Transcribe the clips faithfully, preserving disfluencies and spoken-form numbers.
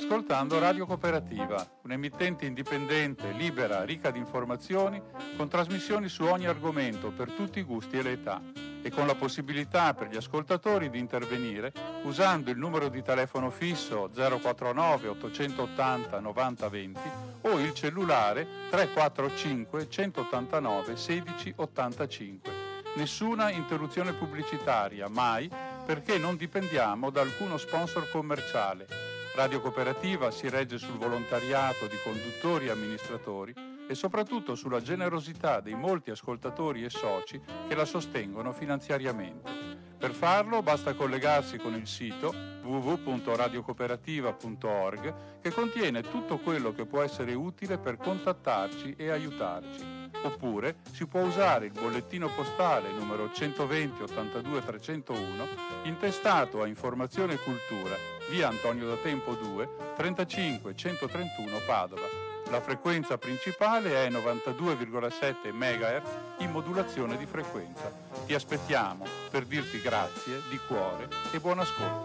ascoltando Radio Cooperativa, un'emittente indipendente, libera, ricca di informazioni, con trasmissioni su ogni argomento per tutti i gusti e le età, e con la possibilità per gli ascoltatori di intervenire usando il numero di telefono fisso zero quattro nove ottocentottanta novanta venti o il cellulare tre quattro cinque centottantanove sedici ottantacinque. Nessuna interruzione pubblicitaria, mai, perché non dipendiamo da alcuno sponsor commerciale. Radio Cooperativa si regge sul volontariato di conduttori e amministratori e soprattutto sulla generosità dei molti ascoltatori e soci che la sostengono finanziariamente. Per farlo basta collegarsi con il sito w w w punto radiocooperativa punto org, che contiene tutto quello che può essere utile per contattarci e aiutarci. Oppure si può usare il bollettino postale numero centoventi ottantadue trecentouno, intestato a Informazione e Cultura, via Antonio da Tempo due, trentacinque centotrentuno Padova. La frequenza principale è novantadue virgola sette megahertz in modulazione di frequenza. Ti aspettiamo per dirti grazie di cuore e buon ascolto.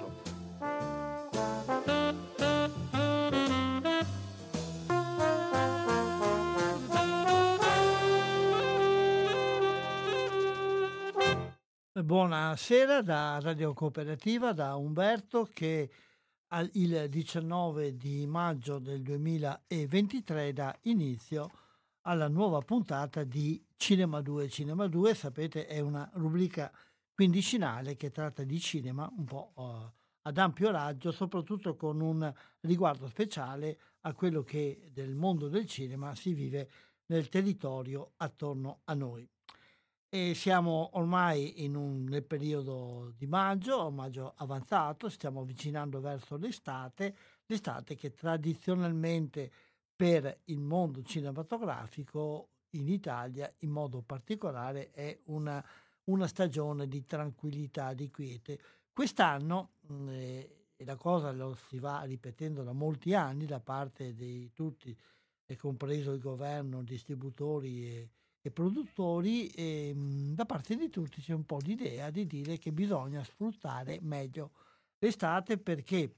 Buonasera da Radio Cooperativa, da Umberto, che al, il diciannove di maggio del duemilaventitré dà inizio alla nuova puntata di Cinema due. Cinema due, sapete, è una rubrica quindicinale che tratta di cinema un po' uh, ad ampio raggio, soprattutto con un riguardo speciale a quello che del mondo del cinema si vive nel territorio attorno a noi. E siamo ormai in un, nel periodo di maggio, maggio avanzato, stiamo avvicinando verso l'estate, l'estate che tradizionalmente per il mondo cinematografico in Italia in modo particolare è una, una stagione di tranquillità, di quiete. Quest'anno, eh, e la cosa lo si va ripetendo da molti anni da parte di tutti, e compreso il governo, distributori e e produttori, e, mh, da parte di tutti c'è un po' l'idea di dire che bisogna sfruttare meglio l'estate, perché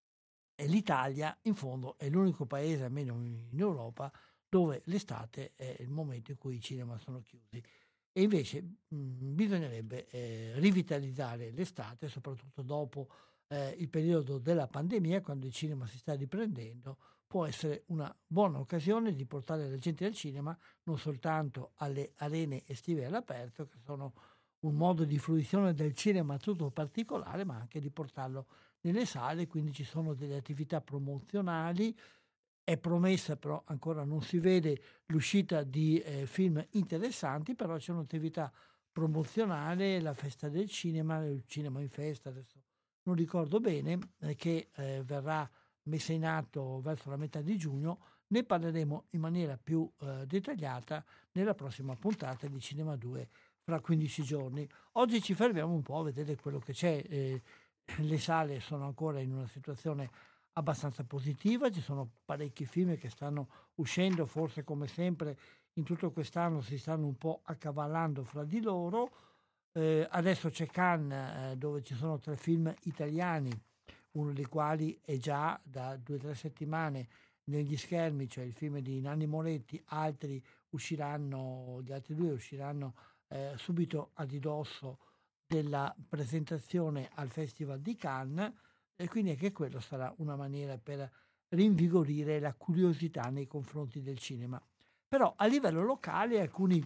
l'Italia in fondo è l'unico paese, almeno in Europa, dove l'estate è il momento in cui i cinema sono chiusi. E invece mh, bisognerebbe eh, rivitalizzare l'estate, soprattutto dopo eh, il periodo della pandemia, quando il cinema si sta riprendendo. Può essere una buona occasione di portare la gente al cinema, non soltanto alle arene estive all'aperto, che sono un modo di fruizione del cinema tutto particolare, ma anche di portarlo nelle sale. Quindi ci sono delle attività promozionali, è promessa, però ancora non si vede l'uscita di eh, film interessanti, però c'è un'attività promozionale, la festa del cinema, il cinema in festa, adesso non ricordo bene, eh, che eh, verrà messa in atto verso la metà di giugno. Ne parleremo in maniera più eh, dettagliata nella prossima puntata di Cinema due fra quindici giorni. Oggi ci fermiamo un po' a vedere quello che c'è. Eh, le sale sono ancora in una situazione abbastanza positiva, ci sono parecchi film che stanno uscendo, forse come sempre in tutto quest'anno si stanno un po' accavallando fra di loro. Eh, adesso c'è Cannes, eh, dove ci sono tre film italiani, uno dei quali è già da due o tre settimane negli schermi, cioè il film di Nanni Moretti. Altri usciranno, gli altri due usciranno eh, subito a ridosso della presentazione al Festival di Cannes, e quindi anche quello sarà una maniera per rinvigorire la curiosità nei confronti del cinema. Però a livello locale alcuni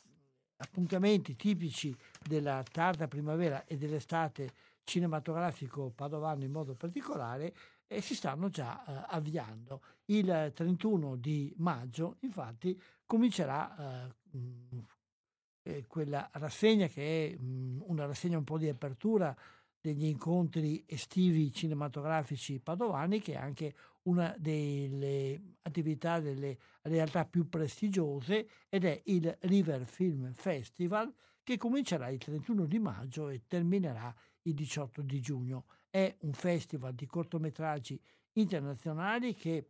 appuntamenti tipici della tarda primavera e dell'estate cinematografico padovano in modo particolare e si stanno già eh, avviando. Il trentuno di maggio infatti comincerà eh, mh, eh, quella rassegna che è mh, una rassegna un po' di apertura degli incontri estivi cinematografici padovani, che è anche una delle attività, delle realtà più prestigiose, ed è il River Film Festival, che comincerà il trentuno di maggio e terminerà il diciotto di giugno. È un festival di cortometraggi internazionali che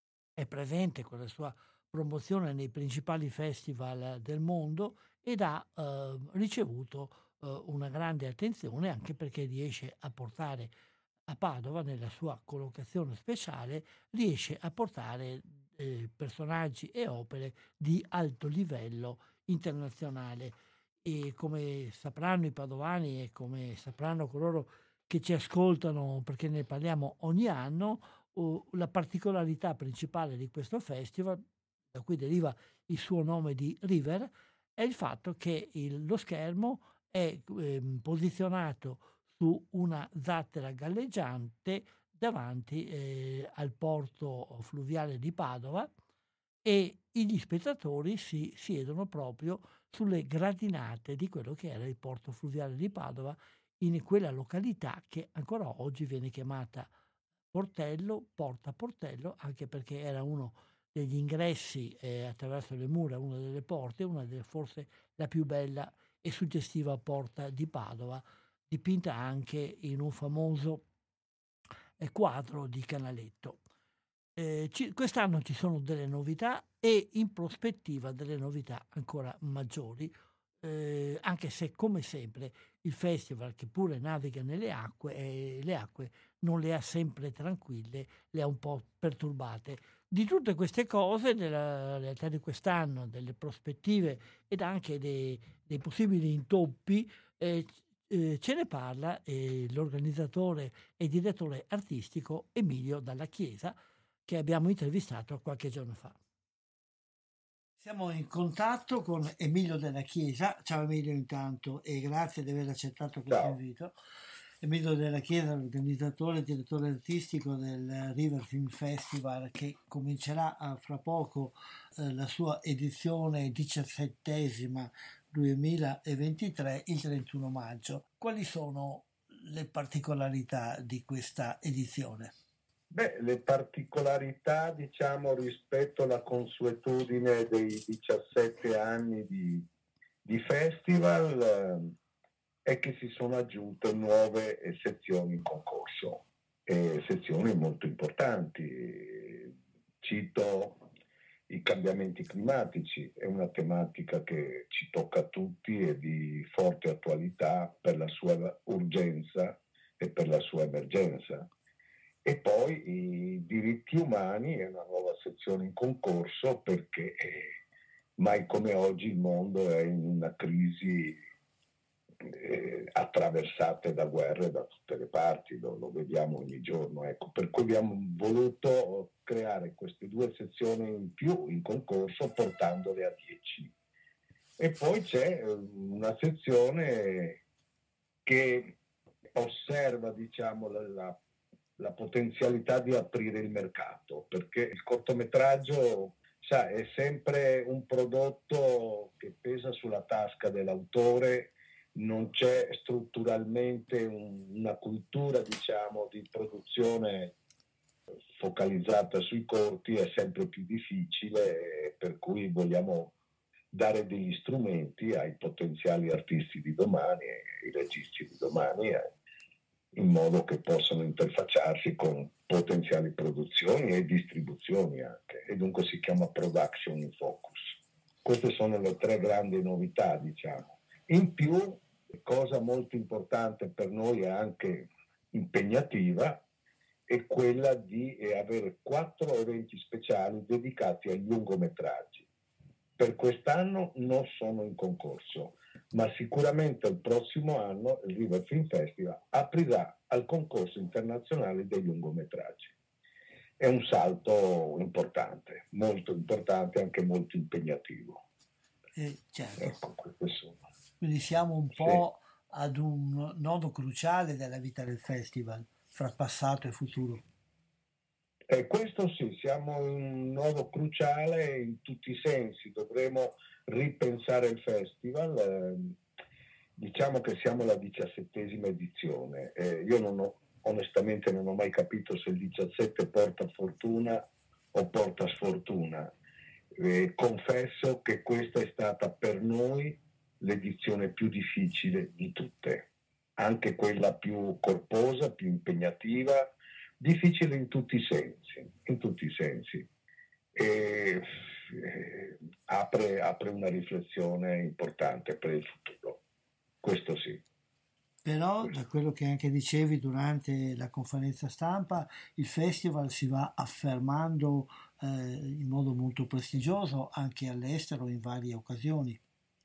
è presente con la sua promozione nei principali festival del mondo ed ha eh, ricevuto eh, una grande attenzione, anche perché riesce a portare a Padova, nella sua collocazione speciale, riesce a portare eh, personaggi e opere di alto livello internazionale. E come sapranno i padovani e come sapranno coloro che ci ascoltano, perché ne parliamo ogni anno, uh, la particolarità principale di questo festival, da cui deriva il suo nome di River, è il fatto che il, lo schermo è eh, posizionato su una zattera galleggiante davanti eh, al porto fluviale di Padova, e gli spettatori si siedono proprio sulle gradinate di quello che era il porto fluviale di Padova, in quella località che ancora oggi viene chiamata Portello, Porta Portello, anche perché era uno degli ingressi eh, attraverso le mura, una delle porte, una delle forse la più bella e suggestiva porta di Padova, dipinta anche in un famoso eh, quadro di Canaletto. Eh, ci, quest'anno ci sono delle novità e in prospettiva delle novità ancora maggiori, eh, anche se come sempre il festival, che pure naviga nelle acque, e le acque non le ha sempre tranquille, le ha un po' perturbate. Di tutte queste cose, della realtà di quest'anno, delle prospettive ed anche dei, dei possibili intoppi, eh, eh, ce ne parla eh, l'organizzatore e direttore artistico Emilio Dalla Chiesa, che abbiamo intervistato qualche giorno fa. Siamo in contatto con Emilio Della Chiesa. Ciao Emilio intanto, e grazie di aver accettato questo Ciao. invito. Emilio Della Chiesa, l'organizzatore e direttore artistico del River Film Festival, che comincerà a, fra poco eh, la sua edizione diciassettesima duemilaventitré il trentuno maggio. Quali sono le particolarità di questa edizione? Beh, le particolarità, diciamo, rispetto alla consuetudine dei diciassette anni di, di festival eh, è che si sono aggiunte nuove eh, sezioni in concorso, eh, sezioni molto importanti. Cito i cambiamenti climatici, è una tematica che ci tocca a tutti e di forte attualità per la sua urgenza e per la sua emergenza. E poi i diritti umani è una nuova sezione in concorso, perché eh, mai come oggi il mondo è in una crisi eh, attraversata da guerre da tutte le parti, lo, lo vediamo ogni giorno. Ecco. Per cui abbiamo voluto creare queste due sezioni in più in concorso, portandole a dieci. E poi c'è una sezione che osserva, diciamo, la, la la potenzialità di aprire il mercato, perché il cortometraggio, sa, è sempre un prodotto che pesa sulla tasca dell'autore, non c'è strutturalmente un, una cultura, diciamo, di produzione focalizzata sui corti, è sempre più difficile, per cui vogliamo dare degli strumenti ai potenziali artisti di domani, ai registi di domani, in modo che possano interfacciarsi con potenziali produzioni e distribuzioni anche, e dunque si chiama Production in Focus. Queste sono le tre grandi novità, diciamo. In più, cosa molto importante per noi e anche impegnativa, è quella di avere quattro eventi speciali dedicati ai lungometraggi. Per quest'anno non sono in concorso, ma sicuramente il prossimo anno il River Film Festival aprirà al concorso internazionale dei lungometraggi. È un salto importante, molto importante, anche molto impegnativo. Eh, certo. Ecco, queste sono. Quindi siamo un po' sì. ad un nodo cruciale della vita del festival, fra passato e futuro. E questo sì, siamo in un nodo cruciale in tutti i sensi, dovremo ripensare il festival, eh, diciamo che siamo alla diciassettesima edizione, eh, io non ho, onestamente non ho mai capito se il diciassette porta fortuna o porta sfortuna, eh, confesso che questa è stata per noi l'edizione più difficile di tutte, anche quella più corposa, più impegnativa, difficile in tutti i sensi, in tutti i sensi. E, eh, apre, apre una riflessione importante per il futuro, questo sì. Però da quello che anche dicevi durante la conferenza stampa, il festival si va affermando eh, in modo molto prestigioso anche all'estero in varie occasioni.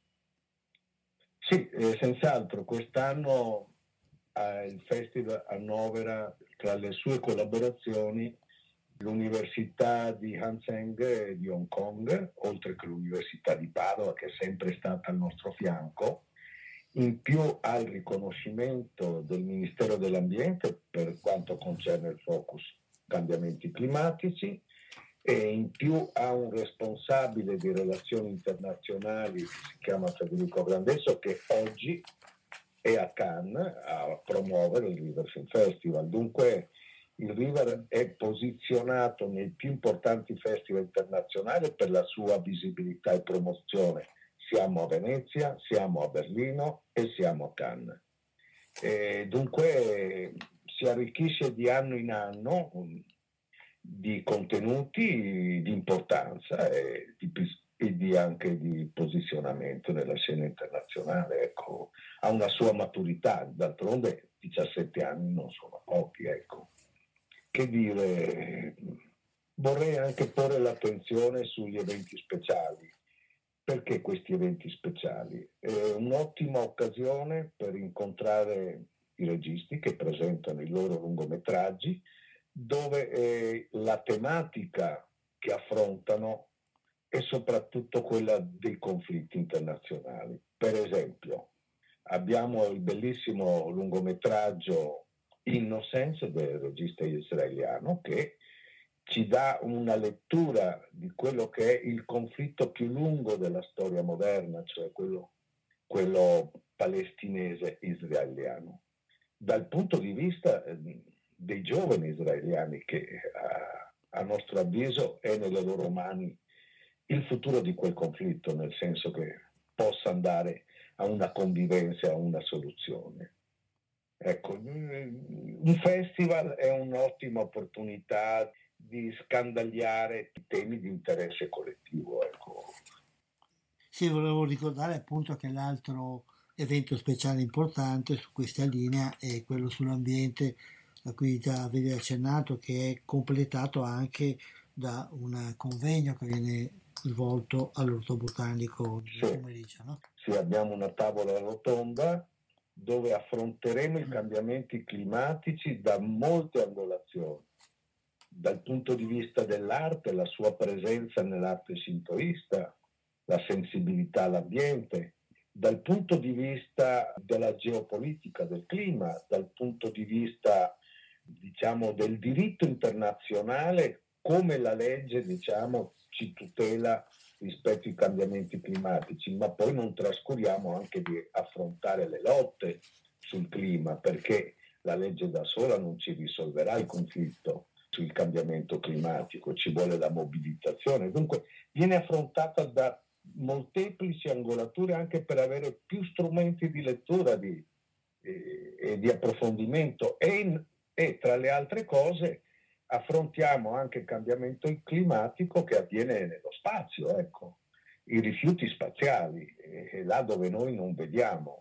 Sì, eh, senz'altro quest'anno eh, il festival annovera tra le sue collaborazioni l'Università di Hanyang di Hong Kong, oltre che l'Università di Padova, che è sempre stata al nostro fianco, in più al riconoscimento del Ministero dell'Ambiente per quanto concerne il focus cambiamenti climatici, e in più ha un responsabile di relazioni internazionali che si chiama Federico Grandesso, che oggi è a Cannes a promuovere il River Film Festival. Dunque il River è posizionato nei più importanti festival internazionali per la sua visibilità e promozione. Siamo a Venezia, siamo a Berlino e siamo a Cannes. E dunque si arricchisce di anno in anno di contenuti di importanza e di, e di anche di posizionamento nella scena internazionale. Ecco, ha una sua maturità, d'altronde diciassette anni non sono pochi. Ecco. Che dire, vorrei anche porre l'attenzione sugli eventi speciali. Perché questi eventi speciali? È un'ottima occasione per incontrare i registi che presentano i loro lungometraggi, dove eh, la tematica che affrontano è soprattutto quella dei conflitti internazionali. Per esempio, abbiamo il bellissimo lungometraggio Innocence del regista israeliano, che ci dà una lettura di quello che è il conflitto più lungo della storia moderna, cioè quello, quello palestinese israeliano, dal punto di vista eh, dei giovani israeliani, che a, a nostro avviso è nelle loro mani il futuro di quel conflitto, nel senso che possa andare a una convivenza, a una soluzione. Ecco, un festival è un'ottima opportunità di scandagliare i temi di interesse collettivo. Ecco. Sì, volevo ricordare appunto che l'altro evento speciale importante su questa linea è quello sull'ambiente, a cui già avevi accennato, che è completato anche da un convegno che viene svolto all'Orto Botanico di sì. pomeriggio, no? Sì, abbiamo una tavola rotonda dove affronteremo i cambiamenti climatici da molte angolazioni, dal punto di vista dell'arte, la sua presenza nell'arte sintoista, la sensibilità all'ambiente, dal punto di vista della geopolitica del clima, dal punto di vista, diciamo, del diritto internazionale, come la legge, diciamo, ci tutela rispetto ai cambiamenti climatici, ma poi non trascuriamo anche di affrontare le lotte sul clima, perché la legge da sola non ci risolverà il conflitto sul cambiamento climatico, ci vuole la mobilitazione. Dunque viene affrontata da molteplici angolature anche per avere più strumenti di lettura di, e, e di approfondimento e, e tra le altre cose affrontiamo anche il cambiamento climatico che avviene nello spazio, ecco, i rifiuti spaziali, eh, là dove noi non vediamo,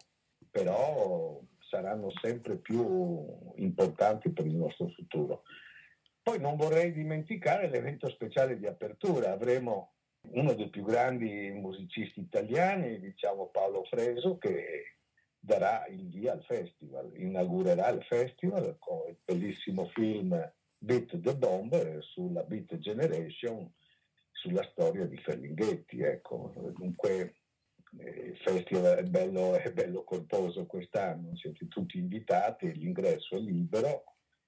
però saranno sempre più importanti per il nostro futuro. Poi non vorrei dimenticare l'evento speciale di apertura. Avremo uno dei più grandi musicisti italiani, diciamo Paolo Freso, che darà il via al festival, inaugurerà il festival con il bellissimo film Beat the Bomb sulla Beat Generation, sulla storia di Ferlinghetti. Ecco. Dunque il festival è bello, è bello corposo quest'anno, siete tutti invitati, l'ingresso è libero,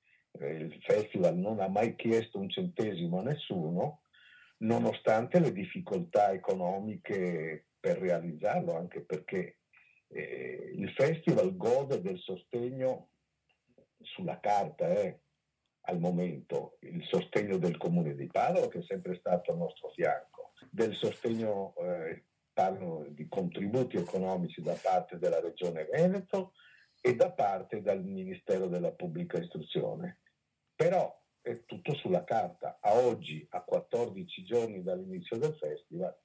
il festival non ha mai chiesto un centesimo a nessuno, nonostante le difficoltà economiche per realizzarlo, anche perché eh, il festival gode del sostegno sulla carta, eh, al momento, il sostegno del Comune di Padova, che è sempre stato al nostro fianco, del sostegno, eh, parlo di contributi economici da parte della Regione Veneto e da parte del Ministero della Pubblica Istruzione. Però è tutto sulla carta. A oggi, a quattordici giorni dall'inizio del festival,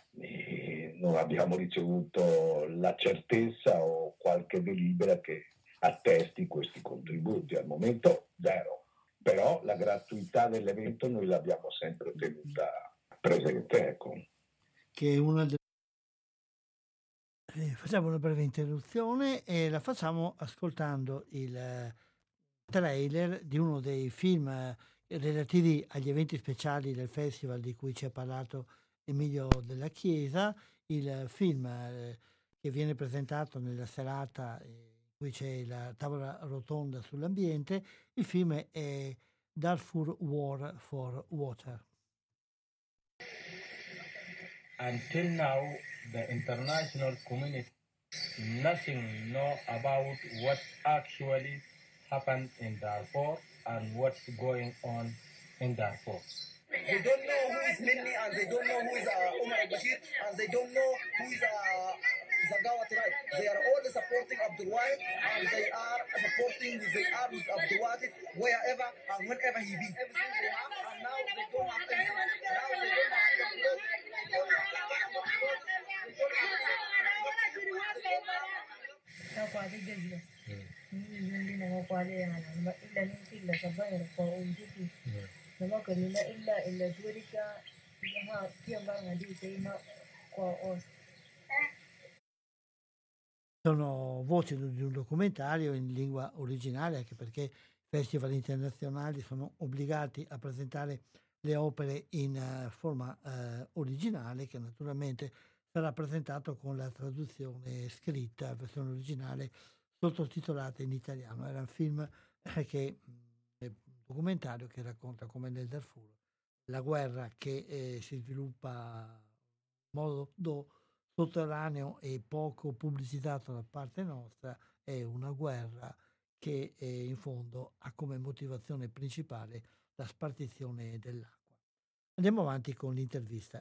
eh, non abbiamo ricevuto la certezza o qualche delibera che attesti questi contributi. Al momento zero, però la gratuità dell'evento noi l'abbiamo sempre tenuta presente, ecco. Che è una delle... eh, facciamo una breve interruzione e la facciamo ascoltando il eh, trailer di uno dei film eh, relativi agli eventi speciali del festival di cui ci ha parlato Emilio Della Chiesa, il film eh, che viene presentato nella serata eh, in cui c'è la tavola rotonda sull'ambiente. Il film è Darfur War for Water. Until now, the international community nothing know about what actually happened in Darfur and what's going on in Darfur. They don't know who is Minni and they don't know who is uh, Omar al-Bashir and they don't know who is uh, Zagawa tribe. They are all supporting Abdul Wahid and they are supporting the arms of Abdul Wahid wherever and whenever he be. Everything they have and now they don't have anything. Now they don't have the clothes. They don't have the clothes. They don't Sono voci di un documentario in lingua originale, anche perché i festival internazionali sono obbligati a presentare le opere in uh, forma uh, originale, che naturalmente sarà presentato con la traduzione scritta, versione originale sottotitolata in italiano. Era un film eh, che è un documentario che racconta come nel Darfur la guerra che eh, si sviluppa in modo do, sotterraneo e poco pubblicizzato da parte nostra, è una guerra che eh, in fondo ha come motivazione principale la spartizione dell'acqua. Andiamo avanti con l'intervista.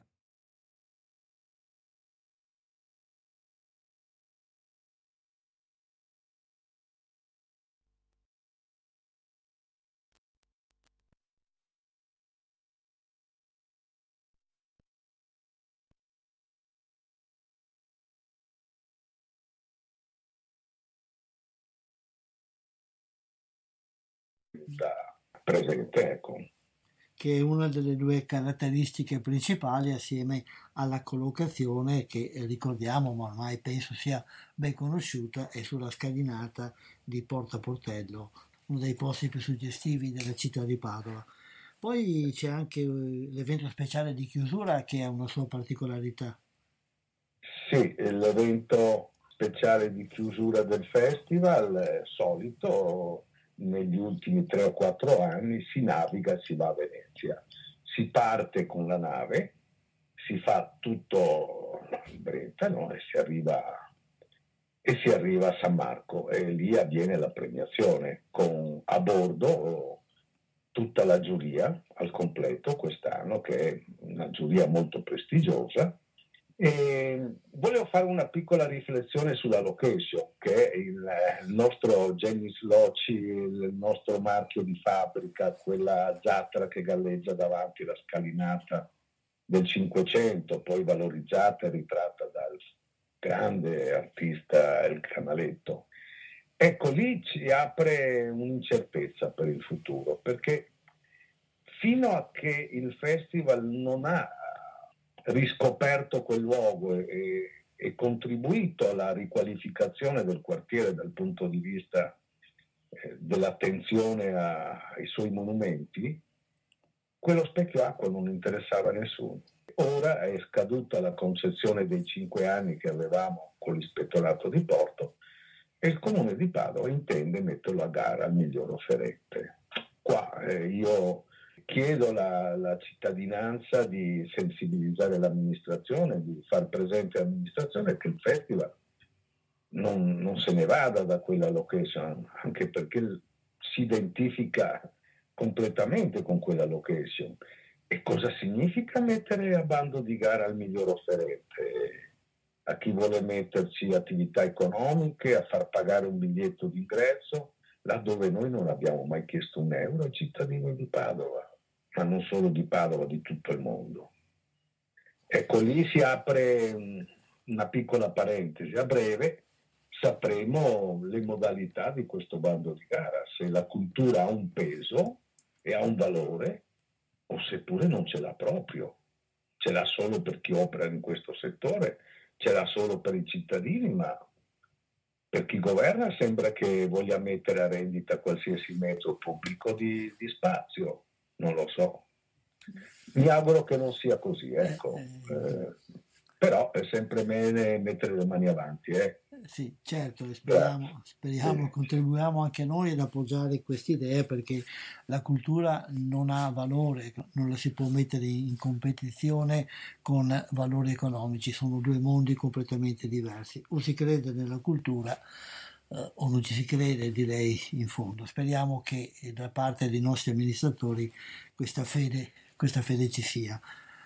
Da presente, ecco. Che è una delle due caratteristiche principali, assieme alla collocazione che eh, ricordiamo, ma ormai penso sia ben conosciuta, è sulla scalinata di Porta Portello, uno dei posti più suggestivi della città di Padova. Poi c'è anche eh, l'evento speciale di chiusura che ha una sua particolarità. Sì, l'evento speciale di chiusura del festival è solito. Negli ultimi tre o quattro anni si naviga, si va a Venezia, si parte con la nave, si fa tutto in Brentano e si arriva, e si arriva a San Marco e lì avviene la premiazione con a bordo tutta la giuria al completo quest'anno, che è una giuria molto prestigiosa. E volevo fare una piccola riflessione sulla location, che è il nostro Gennis Loci, il nostro marchio di fabbrica, quella Zatra che galleggia davanti alla scalinata del Cinquecento, poi valorizzata e ritratta dal grande artista El Canaletto. Ecco, lì ci apre un'incertezza per il futuro, perché fino a che il festival non ha riscoperto quel luogo e, e contribuito alla riqualificazione del quartiere dal punto di vista eh, dell'attenzione a, ai suoi monumenti, quello specchio acqua non interessava a nessuno. Ora è scaduta la concessione dei cinque anni che avevamo con l'ispettorato di porto e il comune di Padova intende metterlo a gara al miglior offerente. Qua eh, io chiedo alla cittadinanza di sensibilizzare l'amministrazione, di far presente all'amministrazione che il festival non, non se ne vada da quella location, anche perché si identifica completamente con quella location. E cosa significa mettere a bando di gara al miglior offerente? A chi vuole metterci attività economiche, a far pagare un biglietto d'ingresso, laddove noi non abbiamo mai chiesto un euro ai cittadini di Padova, ma non solo di Padova, di tutto il mondo. Ecco, lì si apre una piccola parentesi. A breve sapremo le modalità di questo bando di gara, se la cultura ha un peso e ha un valore o seppure non ce l'ha proprio, ce l'ha solo per chi opera in questo settore, ce l'ha solo per i cittadini, ma per chi governa sembra che voglia mettere a rendita qualsiasi mezzo pubblico di, di spazio, non lo so. Mi auguro che non sia così, ecco. Eh, però è sempre bene mettere le mani avanti, eh. Sì, certo, speriamo, speriamo, contribuiamo anche noi ad appoggiare queste idee, perché la cultura non ha valore, non la si può mettere in competizione con valori economici, sono due mondi completamente diversi. O si crede nella cultura eh, o non ci si crede, direi, in fondo. Speriamo che da parte dei nostri amministratori questa fede, questa fede ci sia.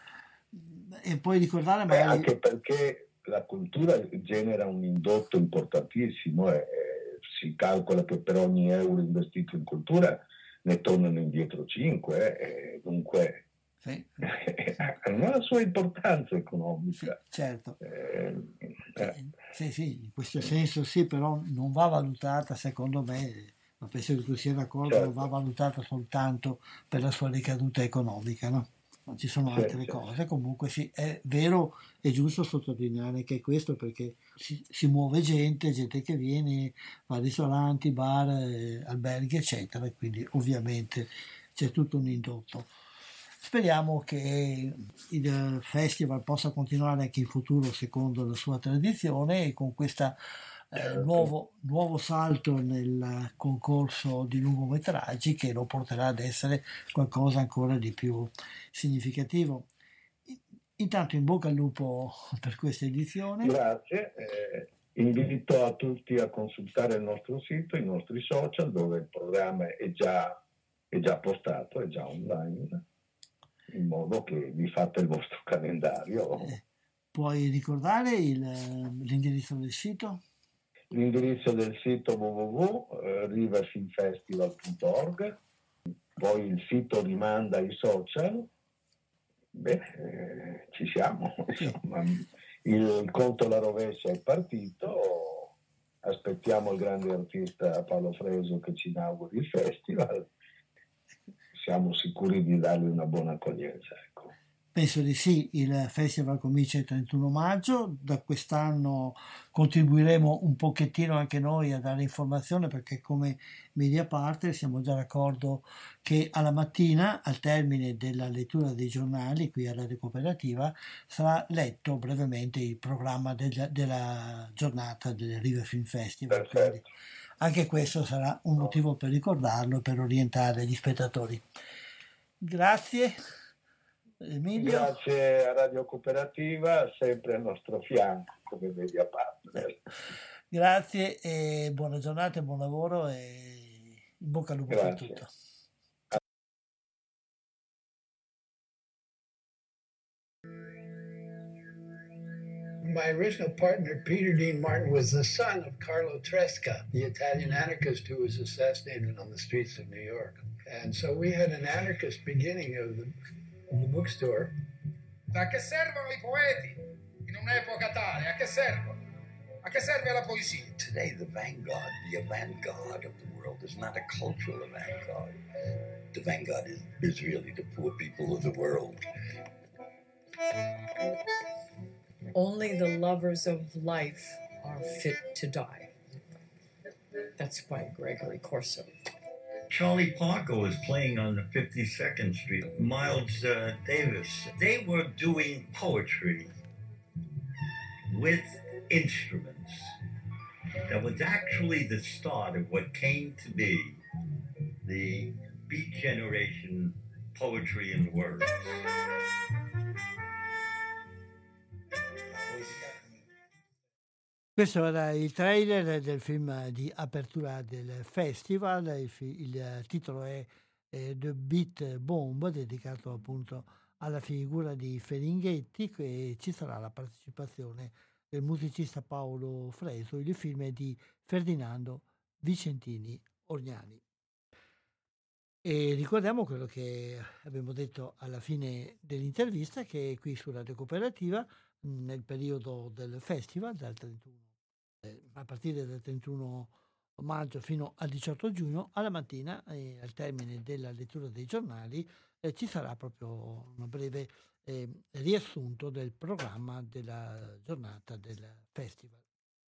E poi ricordare Beh, magari... anche perché la cultura genera un indotto importantissimo, e si calcola che per ogni euro investito in cultura ne tornano indietro cinque, e dunque sì. hanno la sua importanza economica. Sì, certo. Eh, eh. Sì, sì, in questo senso sì, però non va valutata, secondo me, ma penso che tu sia d'accordo, certo. Non va valutata soltanto per la sua ricaduta economica, no? Ci sono altre sì, cose, sì. Comunque sì, è vero, è giusto sottolineare che è questo, perché si, si muove gente, gente che viene, va a ristoranti, bar, eh, alberghi, eccetera, e quindi ovviamente c'è tutto un indotto. Speriamo che il festival possa continuare anche in futuro secondo la sua tradizione e con questo eh, nuovo, nuovo salto nel concorso di lungometraggi che lo porterà ad essere qualcosa ancora di più significativo. Intanto in bocca al lupo per questa edizione. Grazie. Eh, invito a tutti a consultare il nostro sito, i nostri social, dove il programma è già, è già postato, è già online, in modo che vi fate il vostro calendario. Eh, puoi ricordare il, l'indirizzo del sito? L'indirizzo del sito w w w punto riverfilmfestival punto org, poi il sito rimanda ai social. Beh, eh, ci siamo, insomma, il, il conto alla rovescia è partito, aspettiamo il grande artista Paolo Fresu che ci inauguri il festival, siamo sicuri di dargli una buona accoglienza, ecco. Penso di sì, il festival comincia il trentuno maggio, da quest'anno contribuiremo un pochettino anche noi a dare informazione, perché come Mediaparte siamo già d'accordo che alla mattina, al termine della lettura dei giornali qui alla Radio Cooperativa, sarà letto brevemente il programma del, della giornata del River Film Festival. Quindi anche questo sarà un motivo per ricordarlo, per orientare gli spettatori. Grazie. Emilio. Grazie a Radio Cooperativa, sempre al nostro fianco come Mediaparte. Grazie e buona giornata e buon lavoro e in bocca al lupo per tutto. My original partner, Peter Dean Martin, was the son of Carlo Tresca, the Italian anarchist who was assassinated on the streets of New York. And so we had an anarchist beginning of the the bookstore. A che servono i poeti in un'epoca tale? A che servono? A che serve la poesia? Today the vanguard, the avant-garde of the world is not a cultural avant-garde. The vanguard is, is really the poor people of the world. Only the lovers of life are fit to die. That's by Gregory Corso. Charlie Parker was playing on the fifty-second Street. Miles uh, Davis. They were doing poetry with instruments. That was actually the start of what came to be the Beat Generation poetry and words. Questo era il trailer del film di apertura del festival, il, fi- il titolo è eh, The Beat Bomb, dedicato appunto alla figura di Ferlinghetti, e ci sarà la partecipazione del musicista Paolo Fresu. Il film è di Ferdinando Vicentini Orgnani. E ricordiamo quello che abbiamo detto alla fine dell'intervista, che qui su Radio Cooperativa, nel periodo del festival, dal trentuno eh, a partire dal trentuno maggio fino al diciotto giugno, alla mattina, eh, al termine della lettura dei giornali, eh, ci sarà proprio un breve eh, riassunto del programma della giornata del festival.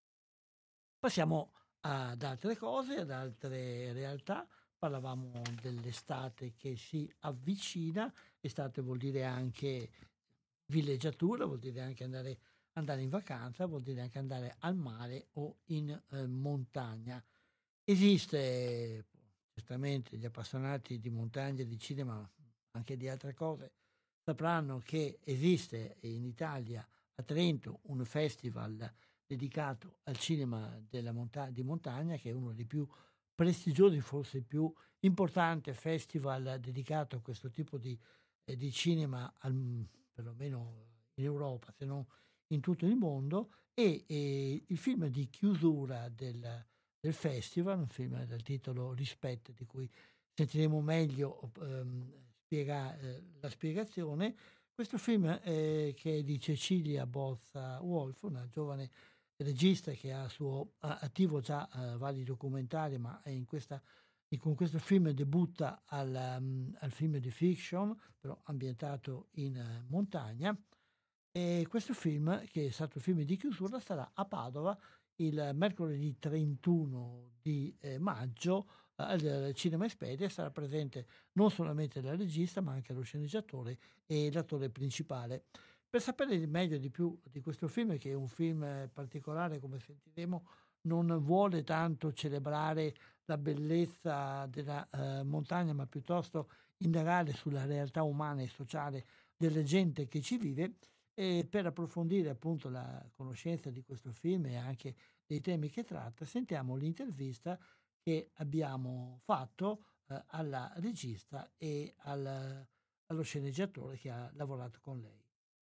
Passiamo ad altre cose, ad altre realtà. Parlavamo dell'estate che si avvicina. Estate vuol dire anche villeggiatura, vuol dire anche andare, andare in vacanza, vuol dire anche andare al mare o in eh, montagna. Esiste, certamente gli appassionati di montagna, di cinema, anche di altre cose, sapranno che esiste in Italia, a Trento, un festival dedicato al cinema della monta- di montagna, che è uno dei più prestigiosi, forse il più importante festival dedicato a questo tipo di, eh, di cinema, al, perlomeno in Europa, se non in tutto il mondo, e, e il film di chiusura del, del festival, un film dal titolo Rispetto, di cui sentiremo meglio ehm, spiega, eh, la spiegazione. Questo film eh, che è di Cecilia Bozza Wolf, una giovane regista che ha a suo attivo già uh, vari documentari, ma è in questa, con questo film debutta al, um, al film di fiction, però ambientato in uh, montagna. E questo film, che è stato il film di chiusura, sarà a Padova il mercoledì trentuno di eh, maggio uh, al Cinema Espedia. Sarà presente non solamente la regista, ma anche lo sceneggiatore e l'attore principale. Per sapere meglio di più di questo film, che è un film particolare, come sentiremo, non vuole tanto celebrare la bellezza della eh, montagna, ma piuttosto indagare sulla realtà umana e sociale della gente che ci vive. E per approfondire appunto la conoscenza di questo film e anche dei temi che tratta, sentiamo l'intervista che abbiamo fatto eh, alla regista e al, allo sceneggiatore che ha lavorato con lei.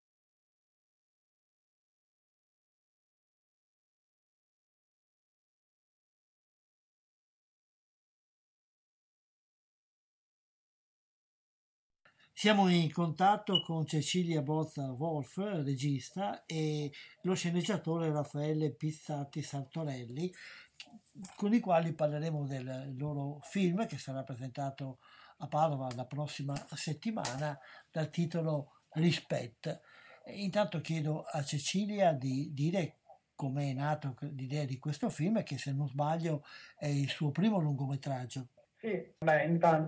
Siamo in contatto con Cecilia Bozza Wolf, regista, e lo sceneggiatore Raffaele Pizzatti Sartorelli, con i quali parleremo del loro film che sarà presentato a Padova la prossima settimana dal titolo Rispetto. Intanto chiedo a Cecilia di dire come è nato l'idea di questo film, che se non sbaglio è il suo primo lungometraggio. Sì, beh,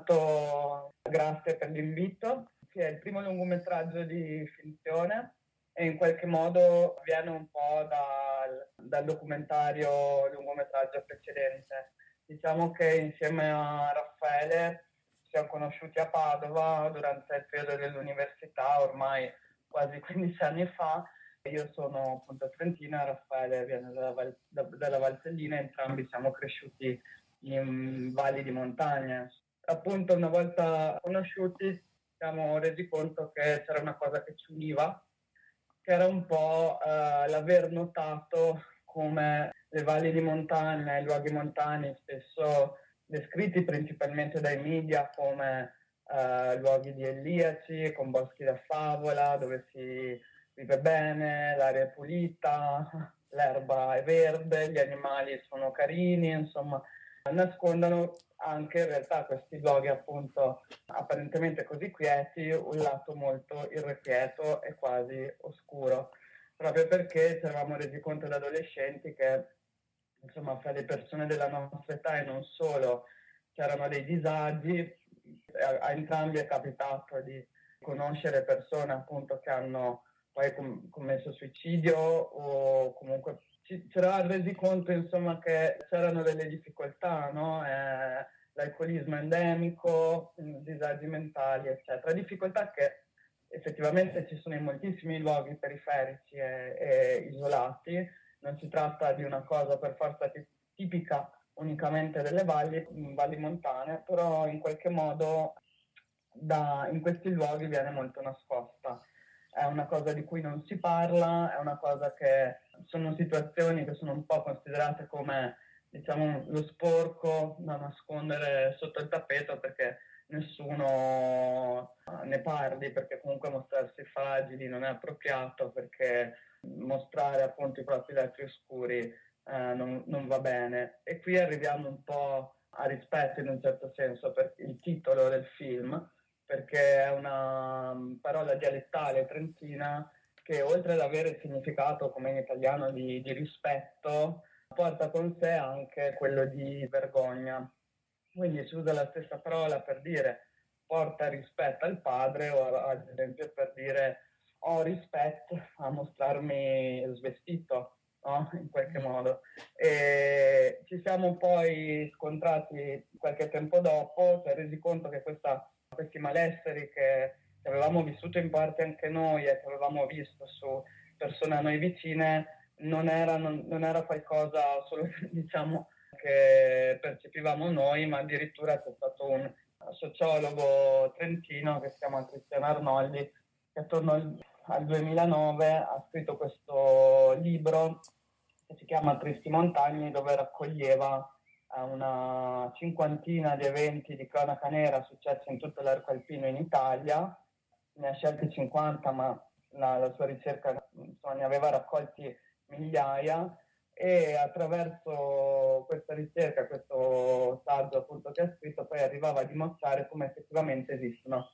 intanto grazie per l'invito. Sì, è il primo lungometraggio di finzione e in qualche modo viene un po' dal, dal documentario lungometraggio precedente. Diciamo che insieme a Raffaele ci siamo conosciuti a Padova durante il periodo dell'università, ormai quasi quindici anni fa. Io sono appunto trentina, Raffaele viene dalla, Val, da, dalla Valtellina, entrambi siamo cresciuti in valli di montagna. Appunto, una volta conosciuti ci siamo resi conto che c'era una cosa che ci univa, che era un po' eh, l'aver notato come le valli di montagna, i luoghi montani, spesso descritti principalmente dai media come eh, luoghi di Eliaci, con boschi da favola, dove si vive bene, l'aria è pulita, l'erba è verde, gli animali sono carini, insomma, nascondono anche in realtà questi luoghi appunto apparentemente così quieti un lato molto irrequieto e quasi oscuro, proprio perché ci eravamo resi conto da adolescenti che insomma fra le persone della nostra età e non solo c'erano dei disagi. A, a entrambi è capitato di conoscere persone appunto che hanno poi com- commesso suicidio o comunque ci eravamo resi conto insomma che c'erano delle difficoltà, no? Eh, l'alcolismo endemico, disagi mentali, eccetera. Difficoltà che effettivamente ci sono in moltissimi luoghi periferici e, e isolati. Non si tratta di una cosa per forza tipica unicamente delle valli, valli montane, però in qualche modo da, in questi luoghi viene molto nascosta. È una cosa di cui non si parla, è una cosa che sono situazioni che sono un po' considerate come, diciamo, lo sporco da nascondere sotto il tappeto perché nessuno ne parli, perché comunque mostrarsi fragili non è appropriato, perché mostrare appunto i propri lati oscuri eh, non, non va bene. E qui arriviamo un po' a rispetto in un certo senso per il titolo del film, perché è una parola dialettale trentina che oltre ad avere il significato come in italiano di, di rispetto, porta con sé anche quello di vergogna. Quindi si usa la stessa parola per dire porta rispetto al padre, o ad esempio per dire ho rispetto a mostrarmi svestito, no? In qualche modo. E ci siamo poi scontrati qualche tempo dopo, si è resi conto che questa, questi malesseri che avevamo vissuto in parte anche noi e che avevamo visto su persone a noi vicine non era, non, non era qualcosa solo, diciamo, che percepivamo noi, ma addirittura c'è stato un sociologo trentino che si chiama Cristiano Arnoldi, che attorno al, al duemilanove ha scritto questo libro che si chiama Tristi Montagne, dove raccoglieva una cinquantina di eventi di cronaca nera successi in tutto l'arco alpino in Italia. Ne ha scelti cinquanta, ma la, la sua ricerca, insomma, ne aveva raccolti migliaia, e attraverso questa ricerca, questo saggio appunto che ha scritto, poi arrivava a dimostrare come effettivamente esistono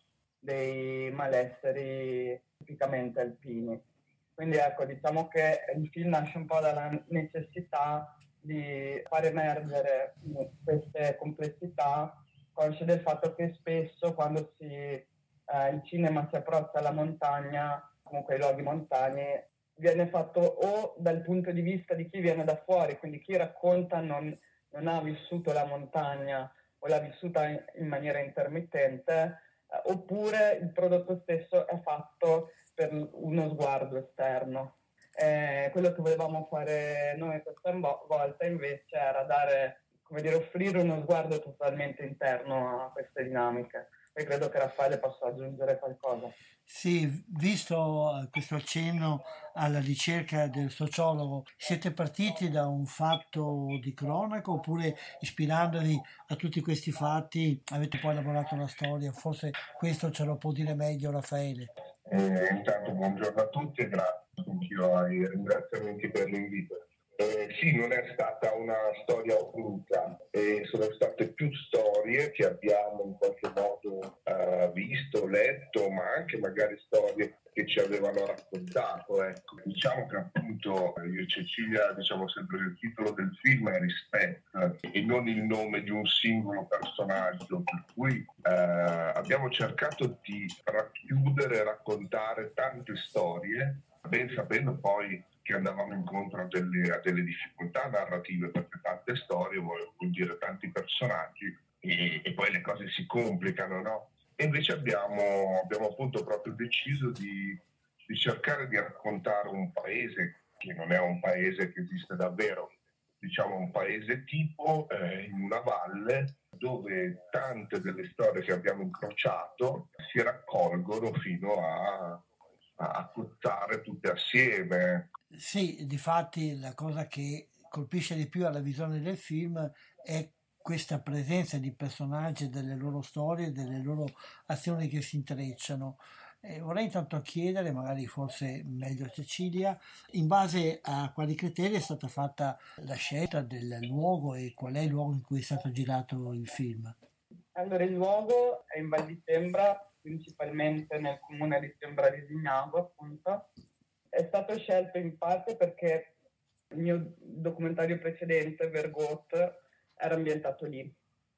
dei malesseri tipicamente alpini. Quindi ecco, diciamo che il film nasce un po' dalla necessità di far emergere queste complessità, consci del fatto che spesso quando si, eh, il cinema si approccia alla montagna, comunque ai luoghi montani, viene fatto o dal punto di vista di chi viene da fuori, quindi chi racconta non, non ha vissuto la montagna o l'ha vissuta in, in maniera intermittente, eh, oppure il prodotto stesso è fatto per uno sguardo esterno. Eh, quello che volevamo fare noi questa volta invece era dare, come dire, offrire uno sguardo totalmente interno a queste dinamiche. E credo che Raffaele possa aggiungere qualcosa. Sì, visto questo accenno alla ricerca del sociologo, siete partiti da un fatto di cronaca oppure ispirandovi a tutti questi fatti avete poi elaborato la storia? Forse questo ce lo può dire meglio Raffaele. Eh, intanto buongiorno a tutti e grazie anch'io ai ringraziamenti per l'invito. Eh, sì, non è stata una storia unica, eh, sono state più storie che abbiamo in qualche modo eh, visto, letto, ma anche magari storie che ci avevano raccontato. Ecco. Diciamo che appunto io e Cecilia diciamo sempre che il titolo del film è Rispetto e non il nome di un singolo personaggio, per cui eh, abbiamo cercato di racchiudere e raccontare tante storie, ben sapendo poi che andavamo incontro a delle, a delle difficoltà narrative, perché tante storie vuol, vuol dire tanti personaggi e, e poi le cose si complicano, no? E invece abbiamo, abbiamo appunto proprio deciso di, di cercare di raccontare un paese che non è un paese che esiste davvero, diciamo un paese tipo eh, in una valle dove tante delle storie che abbiamo incrociato si raccolgono fino a, a cozzare tutte assieme. Sì, difatti la cosa che colpisce di più alla visione del film è questa presenza di personaggi, delle loro storie, delle loro azioni che si intrecciano. Eh, vorrei intanto chiedere, magari forse meglio Cecilia, in base a quali criteri è stata fatta la scelta del luogo e qual è il luogo in cui è stato girato il film? Allora, il luogo è in Val di Sembra, principalmente nel comune di Sembra di Signago, appunto. È stato scelto in parte perché il mio documentario precedente, Vergot, era ambientato lì.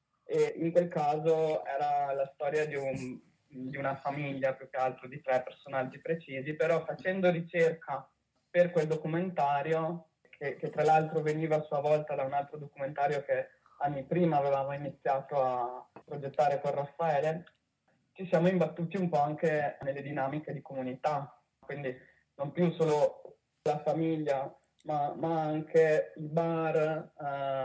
E in quel caso era la storia di, un, di una famiglia, più che altro di tre personaggi precisi, però facendo ricerca per quel documentario, che, che tra l'altro veniva a sua volta da un altro documentario che anni prima avevamo iniziato a progettare con Raffaele, ci siamo imbattuti un po' anche nelle dinamiche di comunità, quindi non più solo la famiglia, ma, ma anche il bar, eh,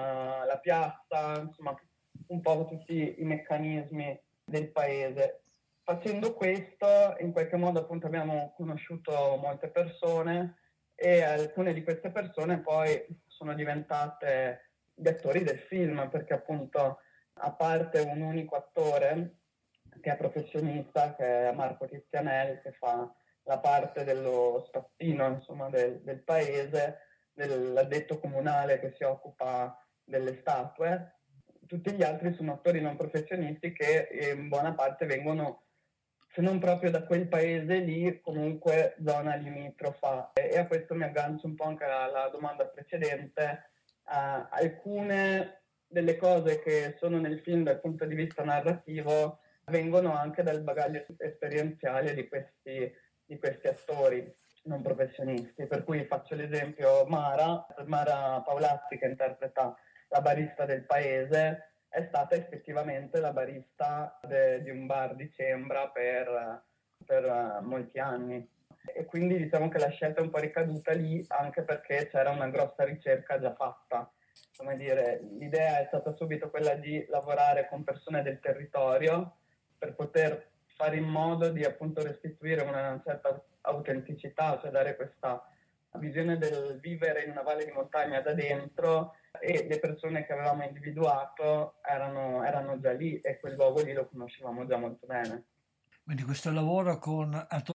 la piazza, insomma un po' tutti i meccanismi del paese. Facendo questo, in qualche modo appunto abbiamo conosciuto molte persone e alcune di queste persone poi sono diventate gli attori del film, perché appunto a parte un unico attore che è professionista, che è Marco Tizianelli, che fa la parte dello staffino insomma del, del paese, dell'addetto comunale che si occupa delle statue. Tutti gli altri sono attori non professionisti che in buona parte vengono, se non proprio da quel paese lì, comunque zona limitrofa. E a questo mi aggancio un po' anche alla domanda precedente. Uh, alcune delle cose che sono nel film dal punto di vista narrativo vengono anche dal bagaglio esperienziale di questi, di questi attori non professionisti, per cui faccio l'esempio Mara, Mara Paolazzi, che interpreta la barista del paese, è stata effettivamente la barista de, di un bar di Cembra per, per uh, molti anni, e quindi diciamo che la scelta è un po' ricaduta lì anche perché c'era una grossa ricerca già fatta. Come dire, l'idea è stata subito quella di lavorare con persone del territorio per poter fare in modo di appunto restituire una certa autenticità, cioè dare questa visione del vivere in una valle di montagna da dentro, e le persone che avevamo individuato erano, erano già lì e quel luogo lì lo conoscevamo già molto bene. Quindi questo lavoro con attori.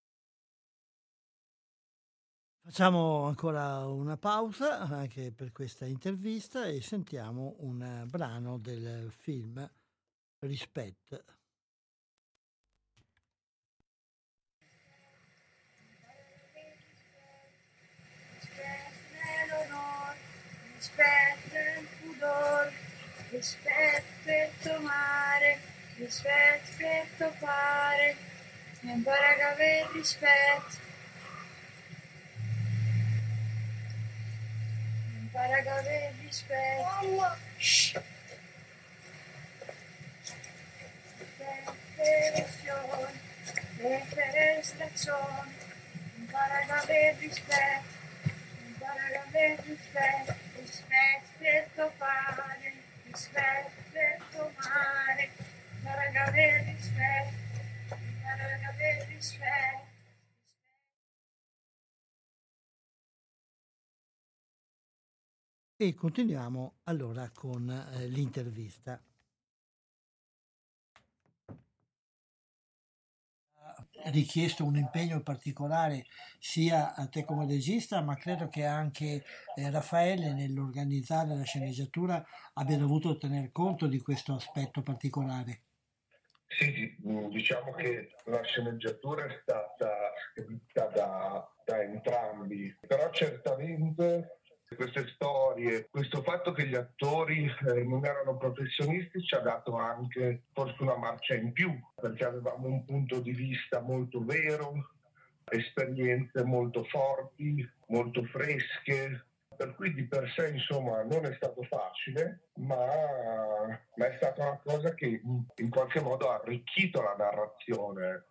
Facciamo ancora una pausa anche per questa intervista e sentiamo un brano del film Rispetto. Rispetto il pudore, rispetto il mare, rispetto il fare, impara che avere rispetto, impara che avere rispetto, repressione, repressione, impara che avere rispetto, impara che avere rispetto. Rispetto fare, rispetto mare, impara che avere rispetto, impara che avere rispetto. E continuiamo allora con eh, l'intervista. Richiesto un impegno particolare sia a te come regista, ma credo che anche eh, Raffaele nell'organizzare la sceneggiatura abbia dovuto tener conto di questo aspetto particolare. Sì, diciamo che la sceneggiatura è stata scritta da, da entrambi, però certamente queste storie, questo fatto che gli attori eh, non erano professionisti ci ha dato anche forse una marcia in più, perché avevamo un punto di vista molto vero, esperienze molto forti, molto fresche, per cui di per sé insomma non è stato facile, ma, ma è stata una cosa che in qualche modo ha arricchito la narrazione.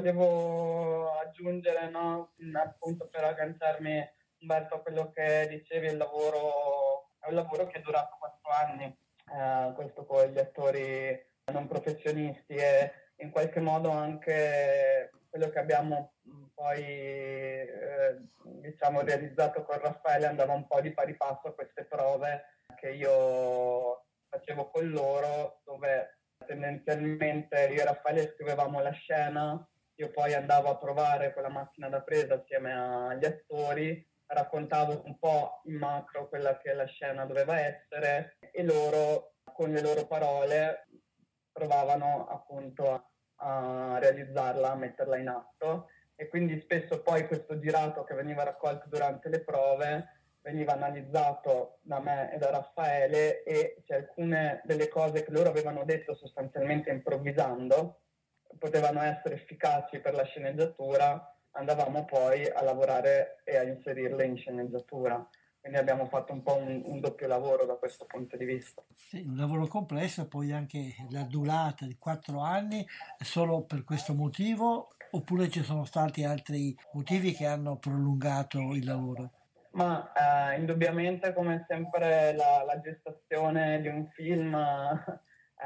Volevo aggiungere, no, appunto per agganciarmi Umberto a quello che dicevi, il lavoro è un lavoro che è durato quattro anni, eh, questo con gli attori non professionisti, e in qualche modo anche quello che abbiamo poi eh, diciamo realizzato con Raffaele andava un po' di pari passo a queste prove che io facevo con loro, dove tendenzialmente io e Raffaele scrivevamo la scena, io poi andavo a provare con la macchina da presa assieme agli attori, raccontavo un po' in macro quella che la scena doveva essere e loro con le loro parole provavano appunto a, a realizzarla, a metterla in atto, e quindi spesso poi questo girato che veniva raccolto durante le prove veniva analizzato da me e da Raffaele, e se alcune delle cose che loro avevano detto sostanzialmente improvvisando potevano essere efficaci per la sceneggiatura, andavamo poi a lavorare e a inserirle in sceneggiatura. Quindi abbiamo fatto un po' un, un doppio lavoro da questo punto di vista. Sì, un lavoro complesso, poi anche la durata di quattro anni, solo per questo motivo, oppure ci sono stati altri motivi che hanno prolungato il lavoro? Ma eh, indubbiamente, come sempre, la, la gestazione di un film eh,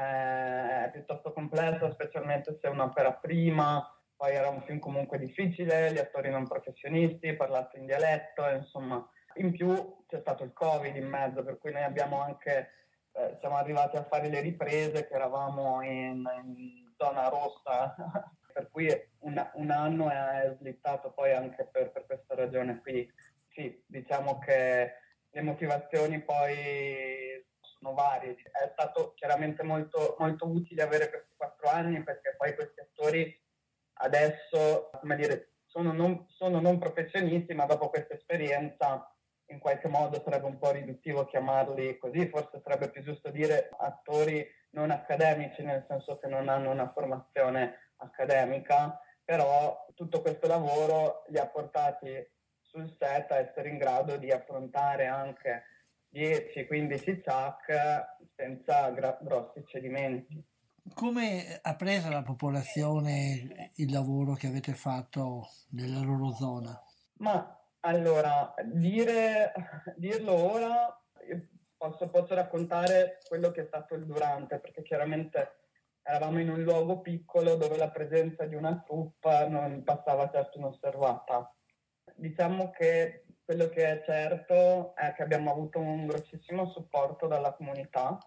è piuttosto complessa, specialmente se è un'opera prima. Poi era un film comunque difficile, gli attori non professionisti, parlati in dialetto, insomma. In più c'è stato il Covid in mezzo, per cui noi abbiamo anche, eh, siamo arrivati a fare le riprese che eravamo in, in zona rossa, per cui un, un anno è slittato poi anche per, per questa ragione qui. Sì, diciamo diciamo che le motivazioni poi sono varie. È stato chiaramente molto, molto utile avere questi quattro anni, perché poi questi attori adesso, come dire, sono non, sono non professionisti, ma dopo questa esperienza in qualche modo sarebbe un po' riduttivo chiamarli così, forse sarebbe più giusto dire attori non accademici, nel senso che non hanno una formazione accademica, però tutto questo lavoro li ha portati sul set a essere in grado di affrontare anche dieci quindici ciak senza gra- grossi cedimenti. Come ha preso la popolazione il lavoro che avete fatto nella loro zona? Ma allora, dire, dirlo ora, posso, posso raccontare quello che è stato il durante, perché chiaramente eravamo in un luogo piccolo dove la presenza di una troupe non passava certo inosservata. Diciamo che quello che è certo è che abbiamo avuto un grossissimo supporto dalla comunità,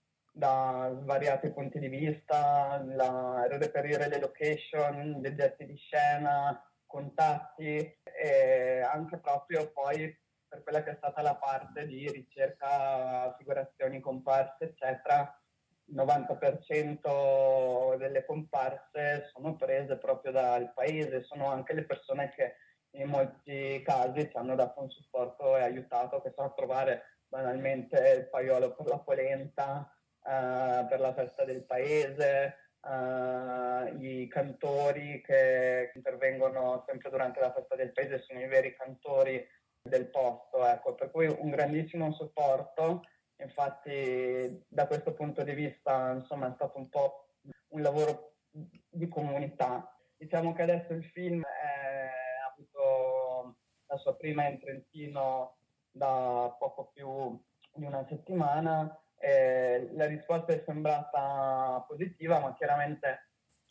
da svariati punti di vista, la, reperire le location, gli oggetti di scena, contatti, e anche proprio poi per quella che è stata la parte di ricerca, figurazioni, comparse, eccetera. Il novanta per cento delle comparse sono prese proprio dal paese, sono anche le persone che in molti casi ci hanno dato un supporto e aiutato, che so, a trovare banalmente il paiolo per la polenta, uh, per la festa del paese, uh, i cantori che intervengono sempre durante la festa del paese sono i veri cantori del posto, ecco, per cui un grandissimo supporto. Infatti da questo punto di vista, insomma, è stato un po' un lavoro di comunità. Diciamo che adesso il film è, ha avuto la sua prima in Trentino da poco più di una settimana e la risposta è sembrata positiva, ma chiaramente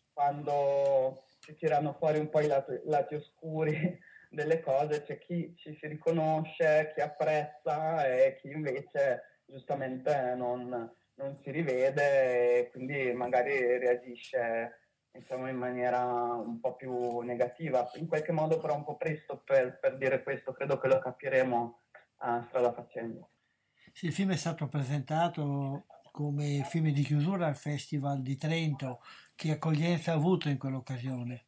quando si tirano fuori un po' i lati, lati oscuri delle cose c'è chi ci si riconosce, chi apprezza e chi invece giustamente non, non si rivede e quindi magari reagisce, diciamo, in maniera un po' più negativa. In qualche modo però un po' presto per, per dire questo, credo che lo capiremo uh, strada facendo. Sì, il film è stato presentato come film di chiusura al Festival di Trento. Che accoglienza ha avuto in quell'occasione?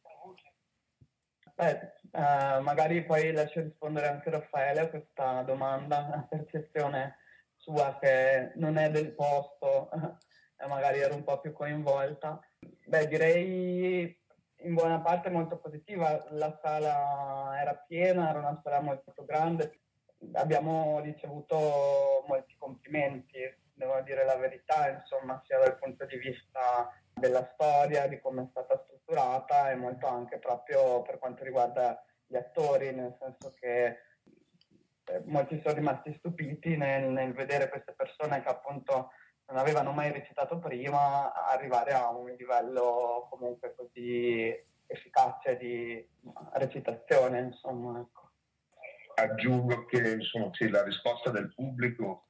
Beh, uh, magari poi lascio rispondere anche Raffaele a questa domanda, una percezione sua che non è del posto e magari ero un po' più coinvolta. Beh, direi in buona parte molto positiva. La sala era piena, era una sala molto grande. Abbiamo ricevuto molti complimenti, devo dire la verità, insomma, sia dal punto di vista della storia, di come è stata strutturata e molto anche proprio per quanto riguarda gli attori, nel senso che molti sono rimasti stupiti nel, nel vedere queste persone che appunto non avevano mai recitato prima arrivare a un livello comunque così efficace di recitazione, insomma, ecco. Aggiungo che insomma, sì, la risposta del pubblico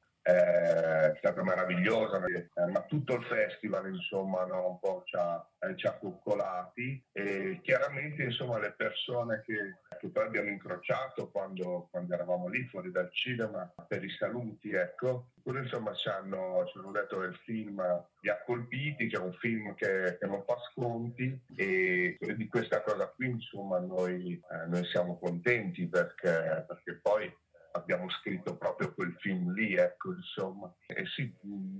è stata meravigliosa, eh, ma tutto il festival insomma no, un po' ci ha, eh, ci ha coccolati e chiaramente insomma le persone che, che poi abbiamo incrociato quando, quando eravamo lì fuori dal cinema per i saluti, ecco, pure insomma ci hanno, ci hanno detto che il film li ha colpiti, che è un film che, che non fa sconti e di questa cosa qui insomma noi, eh, noi siamo contenti perché, perché poi abbiamo scritto proprio quel film lì, ecco, insomma. E sì,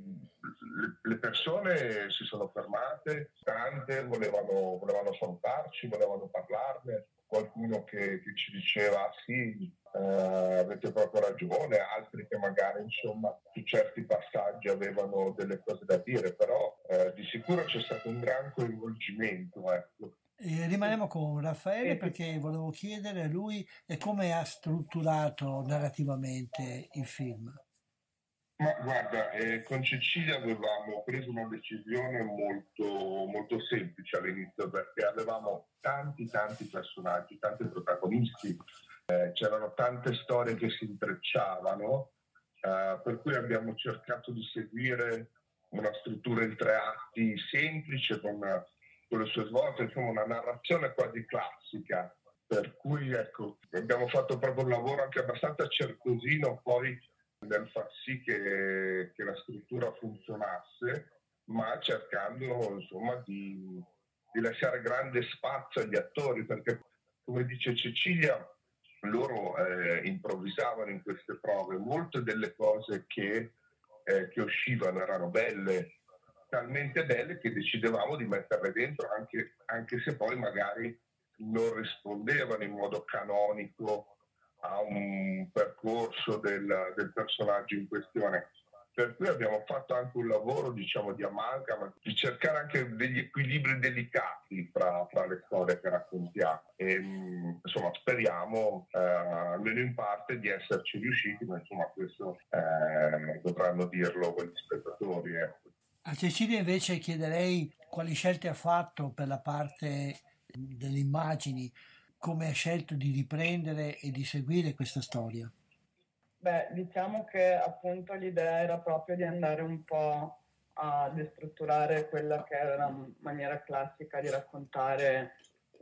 le, le persone si sono fermate, tante volevano, volevano salutarci, volevano parlarne, qualcuno che, che ci diceva sì, eh, avete proprio ragione, altri che magari, insomma, su certi passaggi avevano delle cose da dire, però eh, di sicuro c'è stato un gran coinvolgimento, ecco. E rimaniamo con Raffaele perché volevo chiedere a lui come ha strutturato narrativamente il film. Ma guarda, eh, con Cecilia avevamo preso una decisione molto, molto semplice all'inizio perché avevamo tanti tanti personaggi, tanti protagonisti, eh, c'erano tante storie che si intrecciavano, eh, per cui abbiamo cercato di seguire una struttura in tre atti semplice con con le sue svolte, insomma una narrazione quasi classica, Per cui ecco, abbiamo fatto proprio un lavoro anche abbastanza certosino poi nel far sì che, che la struttura funzionasse, ma cercando insomma di, di lasciare grande spazio agli attori, perché come dice Cecilia, loro eh, improvvisavano in queste prove, molte delle cose che, eh, che uscivano erano belle, talmente belle che decidevamo di metterle dentro, anche, anche se poi magari non rispondevano in modo canonico a un percorso del, del personaggio in questione. Per cui abbiamo fatto anche un lavoro, diciamo, di amalgama, di cercare anche degli equilibri delicati fra, fra le storie che raccontiamo. E, insomma, speriamo, eh, almeno in parte, di esserci riusciti, ma insomma questo eh, dovranno dirlo quegli spettatori. Ecco. A Cecilia invece chiederei quali scelte ha fatto per la parte delle immagini, come ha scelto di riprendere e di seguire questa storia. Beh, diciamo che appunto l'idea era proprio di andare un po' a destrutturare quella che era una maniera classica di raccontare i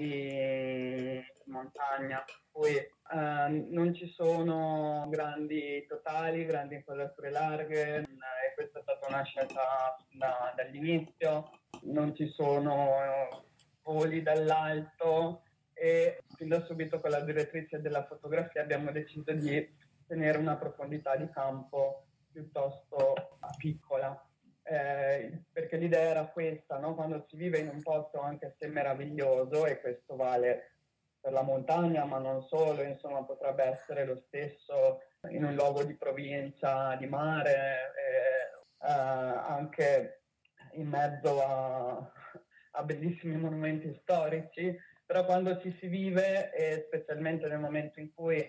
luoghi in montagna, per cui eh, non ci sono grandi totali, grandi inquadrature larghe, e questa è stata una scelta da, dall'inizio, non ci sono voli dall'alto e fin da subito con la direttrice della fotografia abbiamo deciso di tenere una profondità di campo piuttosto piccola, eh, perché l'idea era questa, no? Quando si vive in un posto anche se meraviglioso, e questo vale per la montagna ma non solo, insomma potrebbe essere lo stesso in un luogo di provincia, di mare, eh, eh, anche in mezzo a a bellissimi monumenti storici, però quando ci si vive, e specialmente nel momento in cui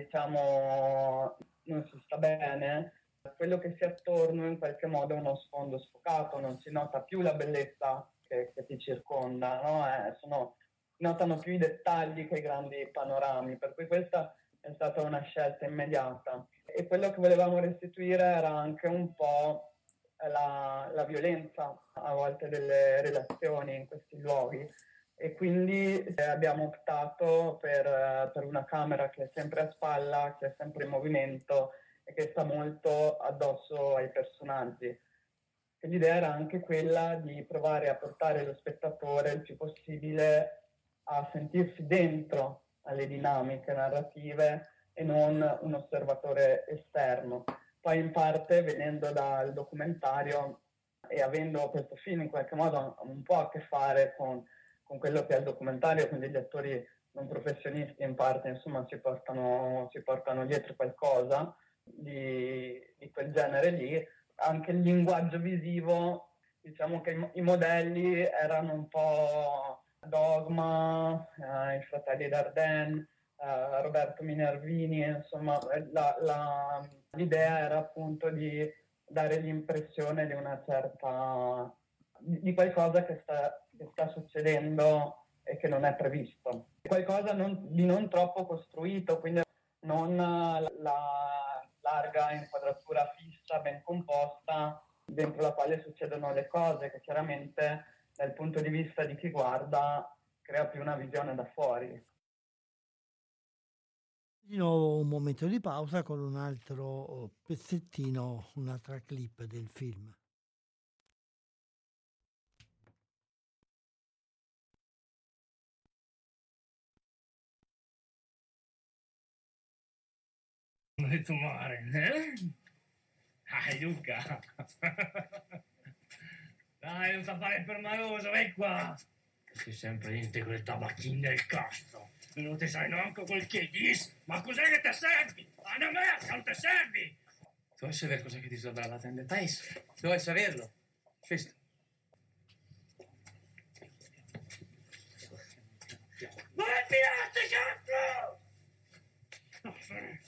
diciamo non si sta bene, quello che si ha attorno in qualche modo è uno sfondo sfocato, non si nota più la bellezza che, che ti circonda, no? Eh, sono, si notano più i dettagli che i grandi panorami, per cui questa è stata una scelta immediata. E quello che volevamo restituire era anche un po' La, la violenza a volte delle relazioni in questi luoghi, e quindi eh, abbiamo optato per, eh, per una camera che è sempre a spalla, che è sempre in movimento e che sta molto addosso ai personaggi. E l'idea era anche quella di provare a portare lo spettatore il più possibile a sentirsi dentro alle dinamiche narrative e non un osservatore esterno. Poi in parte, venendo dal documentario e avendo questo film in qualche modo un po' a che fare con, con quello che è il documentario, quindi gli attori non professionisti in parte insomma si portano, si portano dietro qualcosa di, di quel genere lì, anche il linguaggio visivo, diciamo che i, i modelli erano un po' Dogma, eh, i fratelli Dardenne, Uh, Roberto Minervini, insomma la, la, l'idea era appunto di dare l'impressione di una certa di, di qualcosa che sta, che sta succedendo e che non è previsto, qualcosa non, di non troppo costruito, quindi non la, la larga inquadratura fissa ben composta dentro la quale succedono le cose, che chiaramente dal punto di vista di chi guarda crea più una visione da fuori. Di nuovo un momento di pausa con un altro pezzettino, un'altra clip del film. Ho detto mare, eh? Dai Luca! Dai, non sta fare il permaloso, vai qua! Sei sempre niente con le tabacchine del cazzo! Non ti sai neanche quel che dici! Ma cos'è che ti servi? Ah, no, merda, non ti servi! Tu vuoi sapere cos'è che ti sto dalla tenda? Dai, tu vuoi saperlo? Questo. Ma è pirata, cazzo!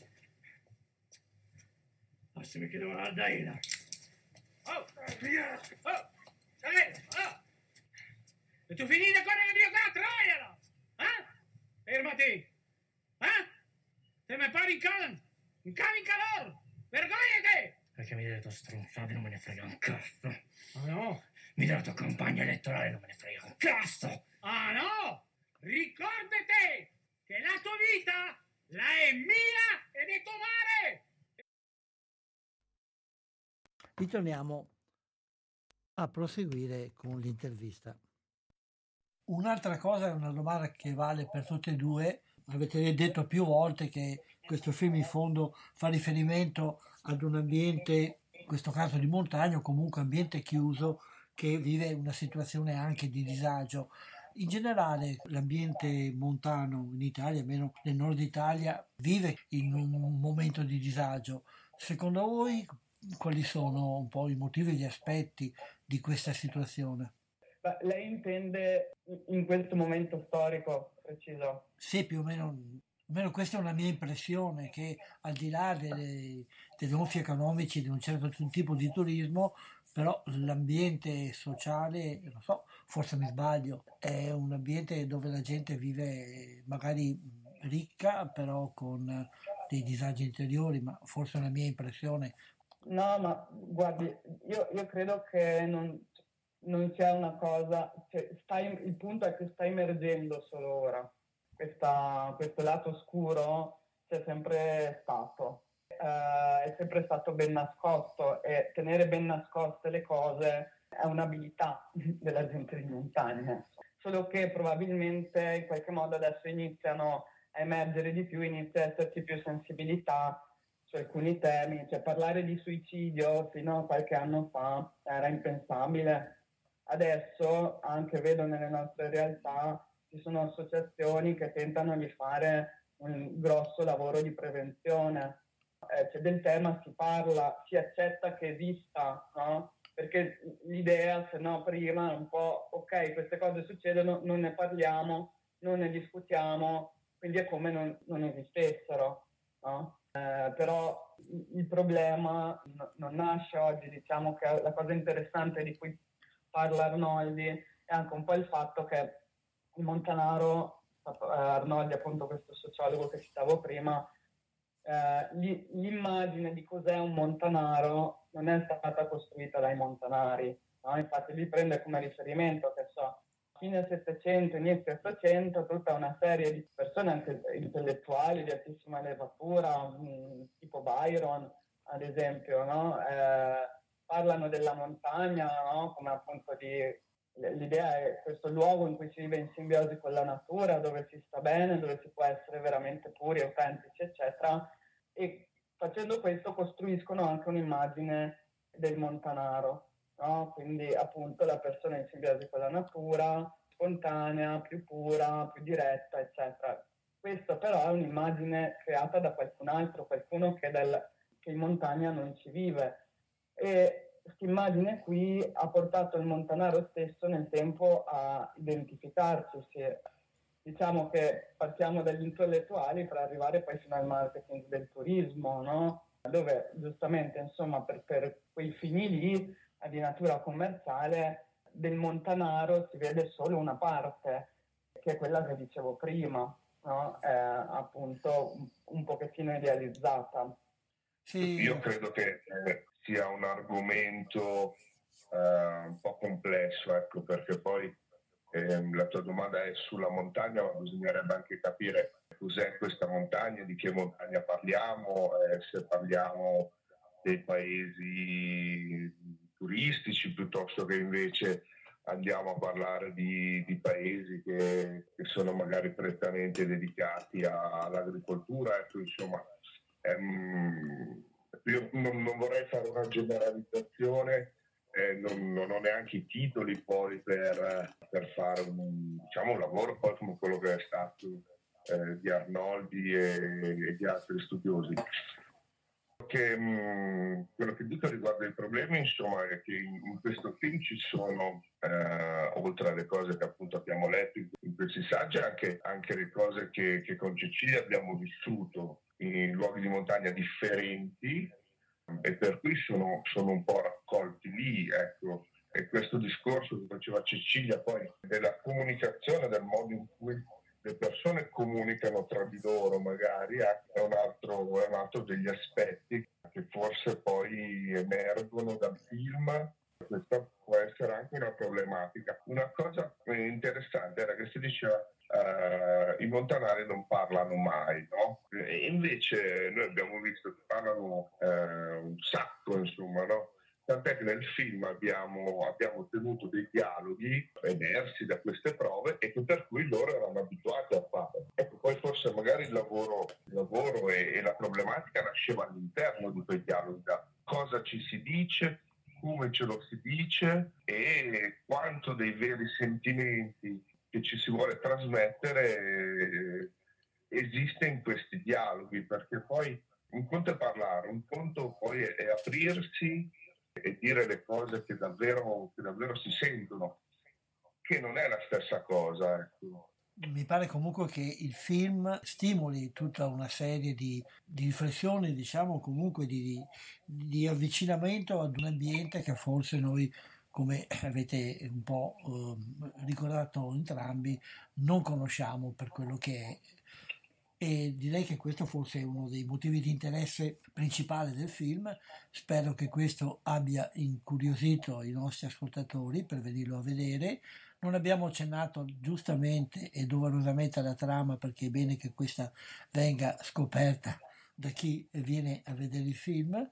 Adesso mi chiedono la daina. Oh, via! Oh, salve! Oh! E tu finite a correre che Dio qua, troiano! Eh? Fermati! Eh? Se mi pari in can! In can in calor! Vergognati! Perché mi dai tua stronzata non me ne frega un cazzo! Ah no? Mi dai la tua campagna elettorale non me ne frega un cazzo! Ah no? ricordate che la tua vita la è mia e di tuo mare. Ritorniamo a proseguire con l'intervista. Un'altra cosa è una domanda che vale per tutte e due. Avete detto più volte che questo film in fondo fa riferimento ad un ambiente, in questo caso di montagna, o comunque ambiente chiuso, che vive una situazione anche di disagio. In generale l'ambiente montano in Italia, almeno nel nord Italia, vive in un momento di disagio. Secondo voi quali sono un po' i motivi e gli aspetti di questa situazione? Ma lei intende in questo momento storico preciso? Sì, più o meno, almeno questa è una mia impressione, che al di là delle, degli onfi economici di un certo tipo di turismo, però l'ambiente sociale, non so, forse mi sbaglio, è un ambiente dove la gente vive magari ricca, però con dei disagi interiori, ma forse è una mia impressione. No, ma guardi, io, io credo che non, non sia una cosa, cioè, sta, il punto è che sta emergendo solo ora. Questa, questo lato oscuro c'è sempre stato, uh, è sempre stato ben nascosto, e tenere ben nascoste le cose è un'abilità della gente di montagna, solo che probabilmente in qualche modo adesso iniziano a emergere di più, inizia ad esserci più sensibilità su alcuni temi, cioè parlare di suicidio fino a qualche anno fa era impensabile. Adesso anche vedo nelle nostre realtà ci sono associazioni che tentano di fare un grosso lavoro di prevenzione. Eh, c'è del tema, si parla, si accetta che esista, no? Perché l'idea, se no, prima è un po' ok, queste cose succedono, non ne parliamo, non ne discutiamo, quindi è come non, non esistessero, no? Eh, però il problema n- non nasce oggi, diciamo che la cosa interessante di cui parla Arnoldi è anche un po' il fatto che il Montanaro, eh, Arnoldi appunto questo sociologo che citavo prima, eh, l'immagine di cos'è un montanaro non è stata costruita dai montanari, no? Infatti lui prende come riferimento, che so, fine Settecento, inizio Ottocento, tutta una serie di persone anche intellettuali di altissima levatura, mh, tipo Byron ad esempio, no? Eh, parlano della montagna, no? Come appunto di... L'idea è questo luogo in cui si vive in simbiosi con la natura, dove si sta bene, dove si può essere veramente puri, autentici, eccetera. E facendo questo costruiscono anche un'immagine del montanaro, no? Quindi appunto la persona in simbiosi con la natura, spontanea, più pura, più diretta, eccetera. Questo però è un'immagine creata da qualcun altro, qualcuno che, del, che in montagna non ci vive. E questa immagine qui ha portato il montanaro stesso nel tempo a identificarsi. Diciamo che partiamo dagli intellettuali per arrivare poi fino al marketing del turismo, no? Dove giustamente, insomma, per, per quei fini lì, di natura commerciale, del montanaro si vede solo una parte, che è quella che dicevo prima, no? È appunto un, un pochettino idealizzata. Sì. Io credo che eh, sia un argomento eh, un po' complesso, ecco, perché poi eh, la tua domanda è sulla montagna, ma bisognerebbe anche capire cos'è questa montagna, di che montagna parliamo, eh, se parliamo dei paesi turistici piuttosto che invece andiamo a parlare di, di paesi che, che sono magari prettamente dedicati a, all'agricoltura, ecco, insomma. Um, io non, non vorrei fare una generalizzazione, eh, non, non ho neanche i titoli poi per, per fare un, diciamo, un lavoro poi come quello che è stato eh, di Arnoldi e, e di altri studiosi. Che, mh, quello che dico riguardo i problemi, insomma, è che in, in questo film ci sono, eh, oltre alle cose che appunto abbiamo letto in questi saggi, anche, anche le cose che, che con Cecilia abbiamo vissuto in luoghi di montagna differenti, e per cui sono, sono un po' raccolti lì, ecco. E questo discorso che faceva Cecilia poi della comunicazione, del modo in cui le persone comunicano tra di loro magari, eh, è, un altro, è un altro degli aspetti che forse poi emergono dal film, questa può essere anche una problematica. Una cosa interessante era che si diceva uh, i montanari non parlano mai, no? E invece noi abbiamo visto che parlano uh, un sacco, insomma, no? Tant'è che nel film abbiamo, abbiamo ottenuto dei dialoghi emersi da queste prove e che per cui loro erano abituati a fare. Ecco, poi forse magari il lavoro, il lavoro e, e la problematica nasceva all'interno di quei dialoghi, da cosa ci si dice, come ce lo si dice e quanto dei veri sentimenti che ci si vuole trasmettere esiste in questi dialoghi, perché poi un conto è parlare, un conto poi è, è aprirsi e dire le cose che davvero, che davvero si sentono, che non è la stessa cosa, ecco. Mi pare comunque che il film stimoli tutta una serie di, di riflessioni, diciamo comunque di, di avvicinamento ad un ambiente che forse noi, come avete un po' eh, ricordato entrambi, non conosciamo per quello che è. E direi che questo forse è uno dei motivi di interesse principale del film. Spero che questo abbia incuriosito i nostri ascoltatori per venirlo a vedere. Non abbiamo accennato giustamente e doverosamente alla trama, perché è bene che questa venga scoperta da chi viene a vedere il film.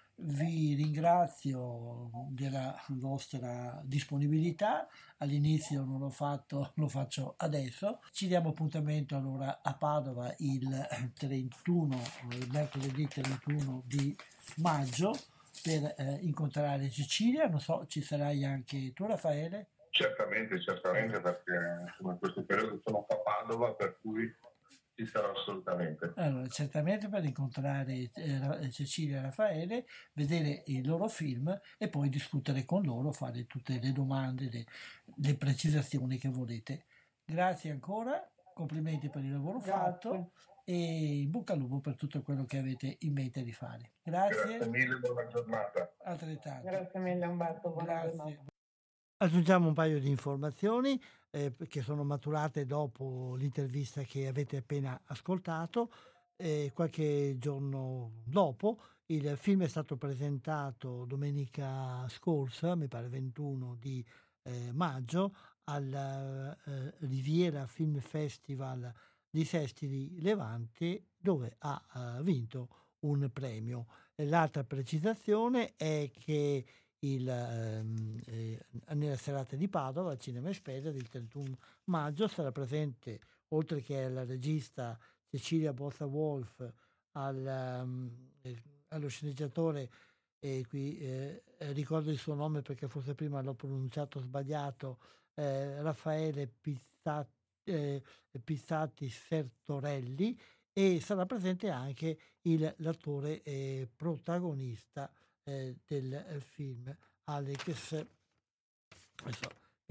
Vi ringrazio della vostra disponibilità. All'inizio non l'ho fatto, lo faccio adesso. Ci diamo appuntamento allora a Padova il trentuno, il mercoledì trentuno di maggio per eh, incontrare Cecilia. Non so, ci sarai anche tu, Raffaele? Certamente, certamente, perché insomma, in questo periodo sono a Padova, per cui ci sarò assolutamente. Allora, certamente per incontrare eh, Cecilia e Raffaele, vedere i loro film e poi discutere con loro, fare tutte le domande, le, le precisazioni che volete. Grazie ancora, complimenti per il lavoro Grazie. fatto e in bocca al lupo per tutto quello che avete in mente di fare. Grazie. Grazie mille, buona giornata. Altrettanto. Grazie mille Umberto, buona Grazie. giornata. Aggiungiamo un paio di informazioni eh, che sono maturate dopo l'intervista che avete appena ascoltato. Eh, qualche giorno dopo il film è stato presentato domenica scorsa, mi pare ventuno di eh, maggio, al eh, Riviera Film Festival di Sesti di Levante, dove ha eh, vinto un premio. E l'altra precisazione è che Il, ehm, eh, nella serata di Padova al Cinema Espedia del trentuno maggio sarà presente, oltre che alla regista Cecilia Bozza Wolf, al, um, eh, allo sceneggiatore, e qui eh, ricordo il suo nome perché forse prima l'ho pronunciato sbagliato, eh, Raffaele Pizzati, eh, Pizzati Sertorelli, e sarà presente anche il, l'attore eh, protagonista Eh, del eh, film, Alex, adesso,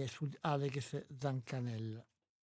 Alex Zancanella.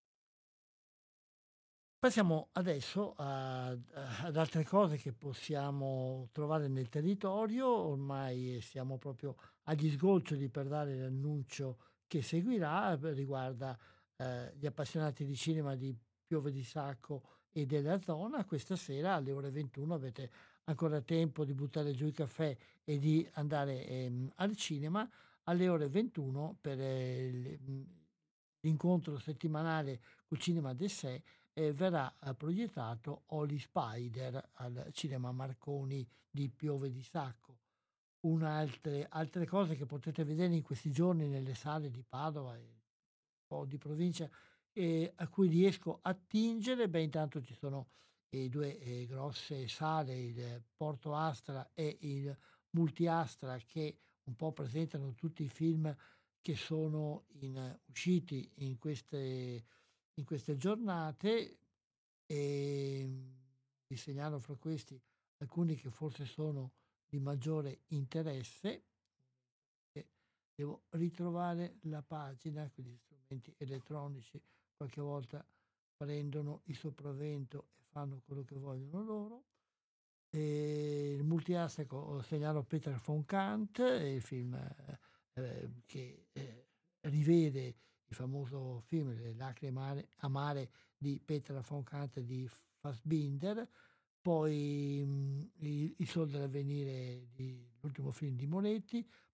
Passiamo adesso a, ad altre cose che possiamo trovare nel territorio. Ormai siamo proprio agli sgoccioli per dare l'annuncio che seguirà. Riguarda eh, gli appassionati di cinema di Piove di Sacco e della zona. Questa sera alle ore ventuno avete ancora tempo di buttare giù il caffè e di andare ehm, al cinema. Alle ore ventuno per eh, l'incontro settimanale col Cinema d'Essè eh, verrà eh, proiettato Holy Spider al Cinema Marconi di Piove di Sacco. Un'altre, altre cose che potete vedere in questi giorni nelle sale di Padova e un po' di provincia eh, a cui riesco a attingere, beh intanto ci sono e due eh, grosse sale, il Porto Astra e il Multi Astra, che un po' presentano tutti i film che sono in, usciti in queste, in queste giornate, e vi segnalo fra questi alcuni che forse sono di maggiore interesse. E devo ritrovare la pagina, quegli strumenti elettronici qualche volta prendono il sopravvento e fanno quello che vogliono loro. E il multiastico segnalo Peter von Kant, il film eh, che eh, rivede il famoso film Le lacrime amare di Peter von Kant di Fassbinder, poi mh, il, il Sol dell'avvenire, di, l'ultimo film di Moretti,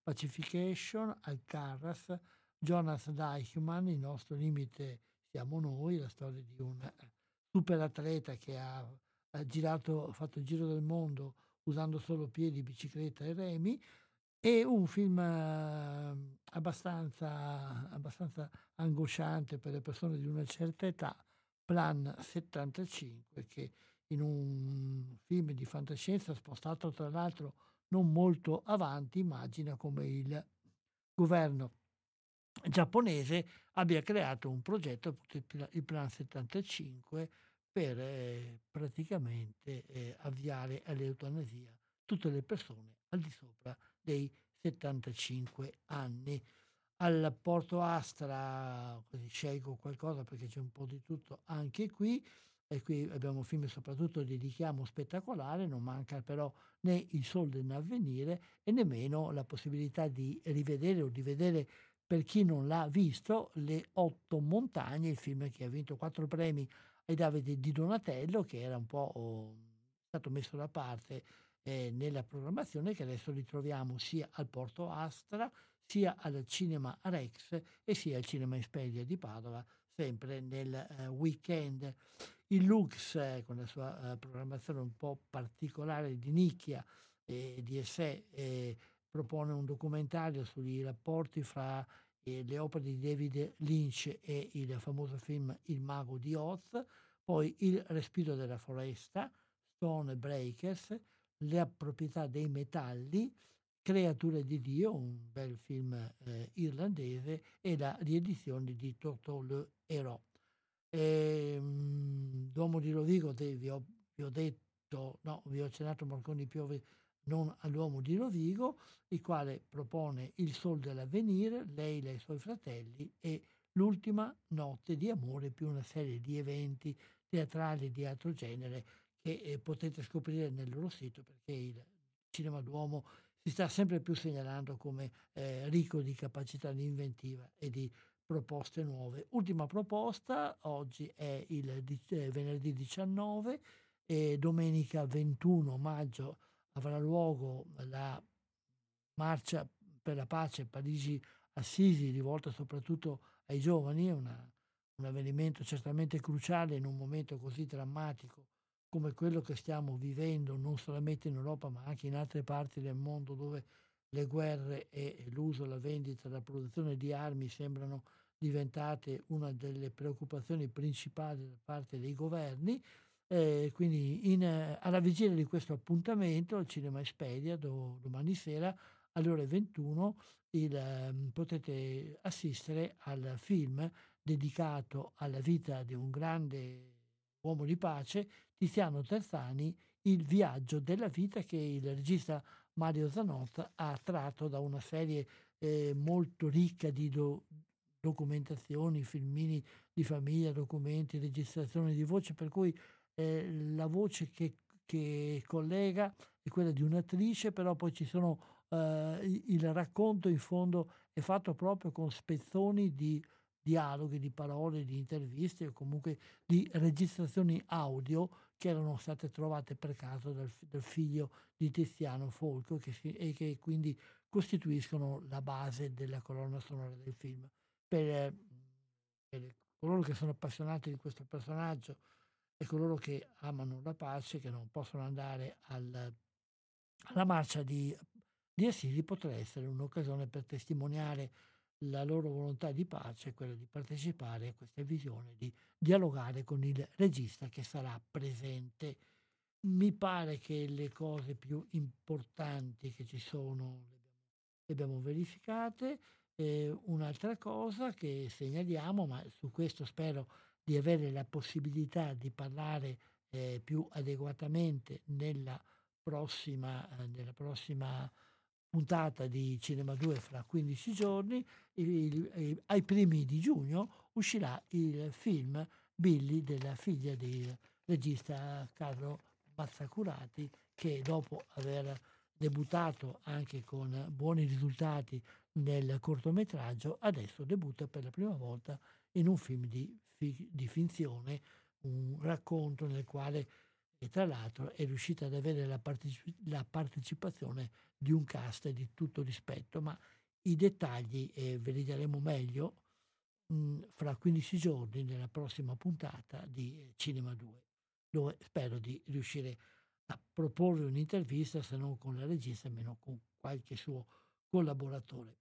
Pacification, Alcaraz, Jonas Deichmann, Il nostro limite siamo noi, la storia di un super atleta che ha, ha girato, ha fatto il giro del mondo usando solo piedi, bicicletta e remi, e un film eh, abbastanza, abbastanza angosciante per le persone di una certa età, Plan settantacinque, che in un film di fantascienza spostato tra l'altro non molto avanti, immagina come il governo giapponese abbia creato un progetto, il Plan settantacinque, per eh, praticamente eh, avviare all'eutanasia tutte le persone al di sopra dei settantacinque anni. Al Porto Astra, così scelgo qualcosa perché c'è un po' di tutto anche qui, e qui abbiamo un film soprattutto di richiamo spettacolare, non manca però né Il Sol dell'Avvenire e nemmeno la possibilità di rivedere o di vedere, per chi non l'ha visto, Le Otto Montagne, il film che ha vinto quattro premi ai Davide di Donatello, che era un po' oh, stato messo da parte eh, nella programmazione, che adesso ritroviamo sia al Porto Astra, sia al Cinema Rex e sia al Cinema Expedia di Padova, sempre nel eh, weekend. Il Lux, eh, con la sua eh, programmazione un po' particolare di nicchia e di sé, eh, propone un documentario sui rapporti fra eh, le opere di David Lynch e il famoso film Il Mago di Oz, poi Il Respiro della Foresta, Stone Breakers, La proprietà dei metalli, Creature di Dio, un bel film eh, irlandese, e la riedizione di Toto le Héros. Ehm, Duomo di Rovigo, te, vi, ho, vi ho detto, no, vi ho accennato Morconi piove non all'Uomo di Rovigo, il quale propone Il Sol dell'Avvenire, Leila e i suoi fratelli e L'ultima notte di amore, più una serie di eventi teatrali di altro genere che eh, potete scoprire nel loro sito, perché il Cinema Duomo si sta sempre più segnalando come eh, ricco di capacità di inventiva e di proposte nuove. Ultima proposta, oggi è il eh, venerdì diciannove e domenica ventuno maggio avrà luogo la marcia per la pace Parigi-Assisi, rivolta soprattutto ai giovani, una, un avvenimento certamente cruciale in un momento così drammatico come quello che stiamo vivendo non solamente in Europa ma anche in altre parti del mondo, dove le guerre e l'uso, la vendita, la produzione di armi sembrano diventate una delle preoccupazioni principali da parte dei governi. Eh, quindi in, eh, alla vigilia di questo appuntamento al Cinema Expedia do, domani sera alle ore ventuno il, eh, potete assistere al film dedicato alla vita di un grande uomo di pace, Tiziano Terzani, Il viaggio della vita, che il regista Mario Zanotta ha tratto da una serie eh, molto ricca di do, documentazioni, filmini di famiglia, documenti, registrazioni di voce, per cui eh, la voce che, che collega è quella di un'attrice, però poi ci sono eh, il racconto in fondo è fatto proprio con spezzoni di dialoghi, di parole, di interviste o comunque di registrazioni audio che erano state trovate per caso dal, dal figlio di Tiziano Folco che si, e che quindi costituiscono la base della colonna sonora del film. Per, per coloro che sono appassionati di questo personaggio e coloro che amano la pace, che non possono andare al, alla marcia di, di Assisi, potrà essere un'occasione per testimoniare la loro volontà di pace, quella di partecipare a questa visione, di dialogare con il regista che sarà presente. Mi pare che le cose più importanti che ci sono le abbiamo verificate. Eh, un'altra cosa che segnaliamo, ma su questo spero di avere la possibilità di parlare eh, più adeguatamente nella prossima, eh, nella prossima puntata di Cinema due fra quindici giorni, il, il, il, ai primi di giugno uscirà il film Billy della figlia del regista Carlo Mazzacurati, che dopo aver debuttato anche con buoni risultati nel cortometraggio, adesso debutta per la prima volta in un film di, fi, di finzione, un racconto nel quale e tra l'altro è riuscita ad avere la, parteci- la partecipazione di un cast di tutto rispetto, ma i dettagli eh, ve li daremo meglio mh, fra quindici giorni nella prossima puntata di Cinema due, dove spero di riuscire a proporre un'intervista, se non con la regista, almeno con qualche suo collaboratore.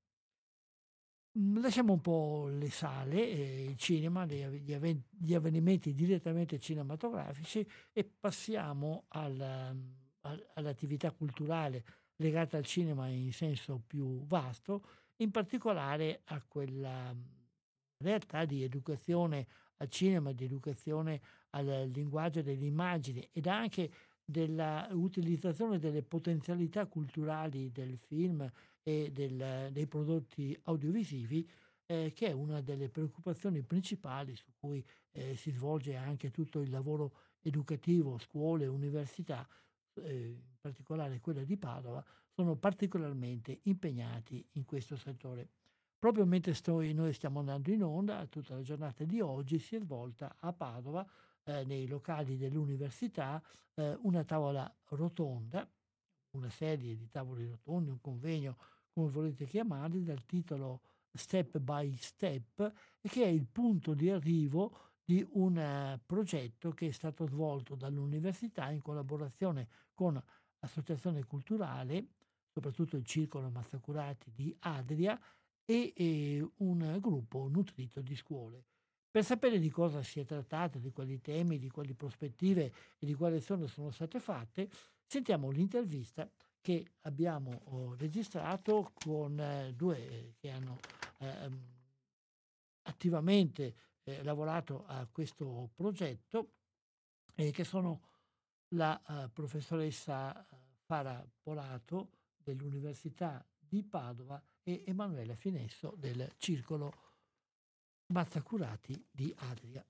Lasciamo un po' le sale, eh, il cinema, gli, gli, avven- gli avvenimenti direttamente cinematografici e passiamo al, al, all'attività culturale legata al cinema in senso più vasto, in particolare a quella realtà di educazione al cinema, di educazione al linguaggio delle immagini ed anche della utilizzazione delle potenzialità culturali del film e del, dei prodotti audiovisivi, eh, che è una delle preoccupazioni principali su cui eh, si svolge anche tutto il lavoro educativo, scuole, università, eh, in particolare quella di Padova, sono particolarmente impegnati in questo settore. Proprio mentre sto, noi stiamo andando in onda, tutta la giornata di oggi si è svolta a Padova, eh, nei locali dell'università, eh, una tavola rotonda, una serie di tavoli rotondi, un convegno, come volete chiamarli, dal titolo Step by Step, e che è il punto di arrivo di un uh, progetto che è stato svolto dall'università in collaborazione con associazione culturale, soprattutto il Circolo Mazzacurati di Adria e, e un gruppo nutrito di scuole. Per sapere di cosa si è trattato, di quali temi, di quali prospettive e di quali azioni sono state fatte, sentiamo l'intervista che abbiamo oh, registrato con eh, due che hanno eh, attivamente eh, lavorato a questo progetto, e che sono la uh, professoressa Fara Polato dell'Università di Padova e Emanuela Finesso del Circolo Mazzacurati di Adria.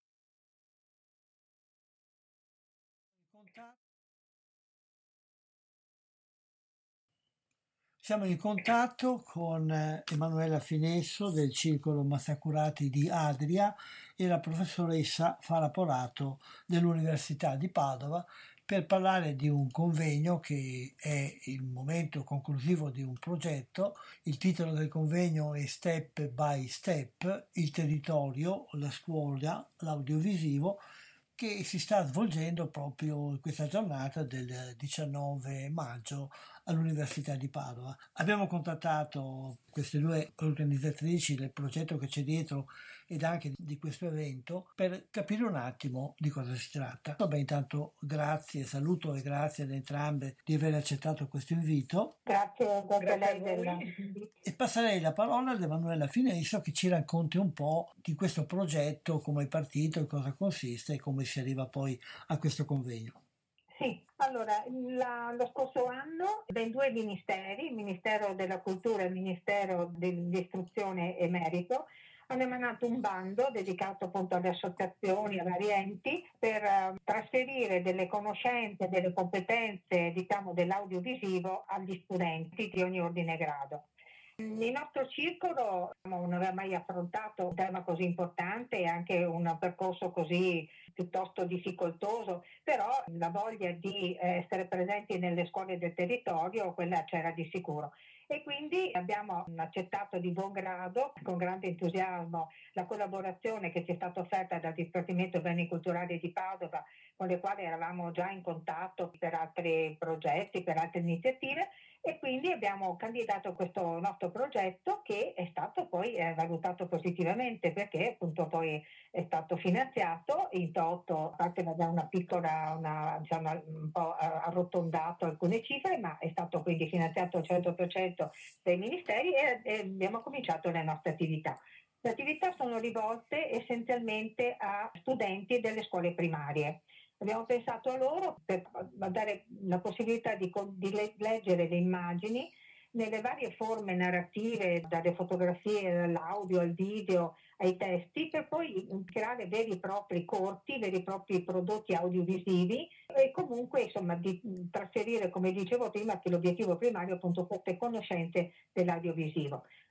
Siamo in contatto con Emanuela Finesso del Circolo Mazzacurati di Adria e la professoressa Fara Polato dell'Università di Padova per parlare di un convegno che è il momento conclusivo di un progetto. Il titolo del convegno è Step by Step, il territorio, la scuola, l'audiovisivo, che si sta svolgendo proprio in questa giornata del diciannove maggio all'Università di Padova. Abbiamo contattato queste due organizzatrici del progetto che c'è dietro ed anche di questo evento per capire un attimo di cosa si tratta. Vabbè, intanto grazie, saluto e grazie ad entrambe di aver accettato questo invito. Grazie, grazie lei della... E passerei la parola ad Emanuela Finesso che ci racconti un po' di questo progetto, come è partito, in cosa consiste e come si arriva poi a questo convegno. Sì, allora la, lo scorso anno ben due ministeri, il Ministero della Cultura e il Ministero dell'Istruzione e Merito, hanno emanato un bando dedicato appunto alle associazioni, ai vari enti, per uh, trasferire delle conoscenze, delle competenze, diciamo, dell'audiovisivo agli studenti di ogni ordine e grado. Il nostro circolo non aveva mai affrontato un tema così importante e anche un percorso così piuttosto difficoltoso, però la voglia di essere presenti nelle scuole del territorio, quella c'era di sicuro. E quindi abbiamo accettato di buon grado, con grande entusiasmo, la collaborazione che ci è stata offerta dal Dipartimento Beni Culturali di Padova, con le quali eravamo già in contatto per altri progetti, per altre iniziative, e quindi abbiamo candidato questo nostro progetto che è stato poi eh, valutato positivamente, perché appunto poi è stato finanziato in toto, a parte da una piccola, una, diciamo, un po' arrotondato alcune cifre, ma è stato quindi finanziato al cento per cento dai ministeri e, e abbiamo cominciato le nostre attività. Le attività sono rivolte essenzialmente a studenti delle scuole primarie. Abbiamo pensato a loro per dare la possibilità di, di leggere le immagini nelle varie forme narrative, dalle fotografie, dall'audio al video, ai testi, per poi creare veri e propri corti, veri e propri prodotti audiovisivi e comunque insomma di trasferire, come dicevo prima, che l'obiettivo primario è appunto queste conoscenze dell'audiovisivo.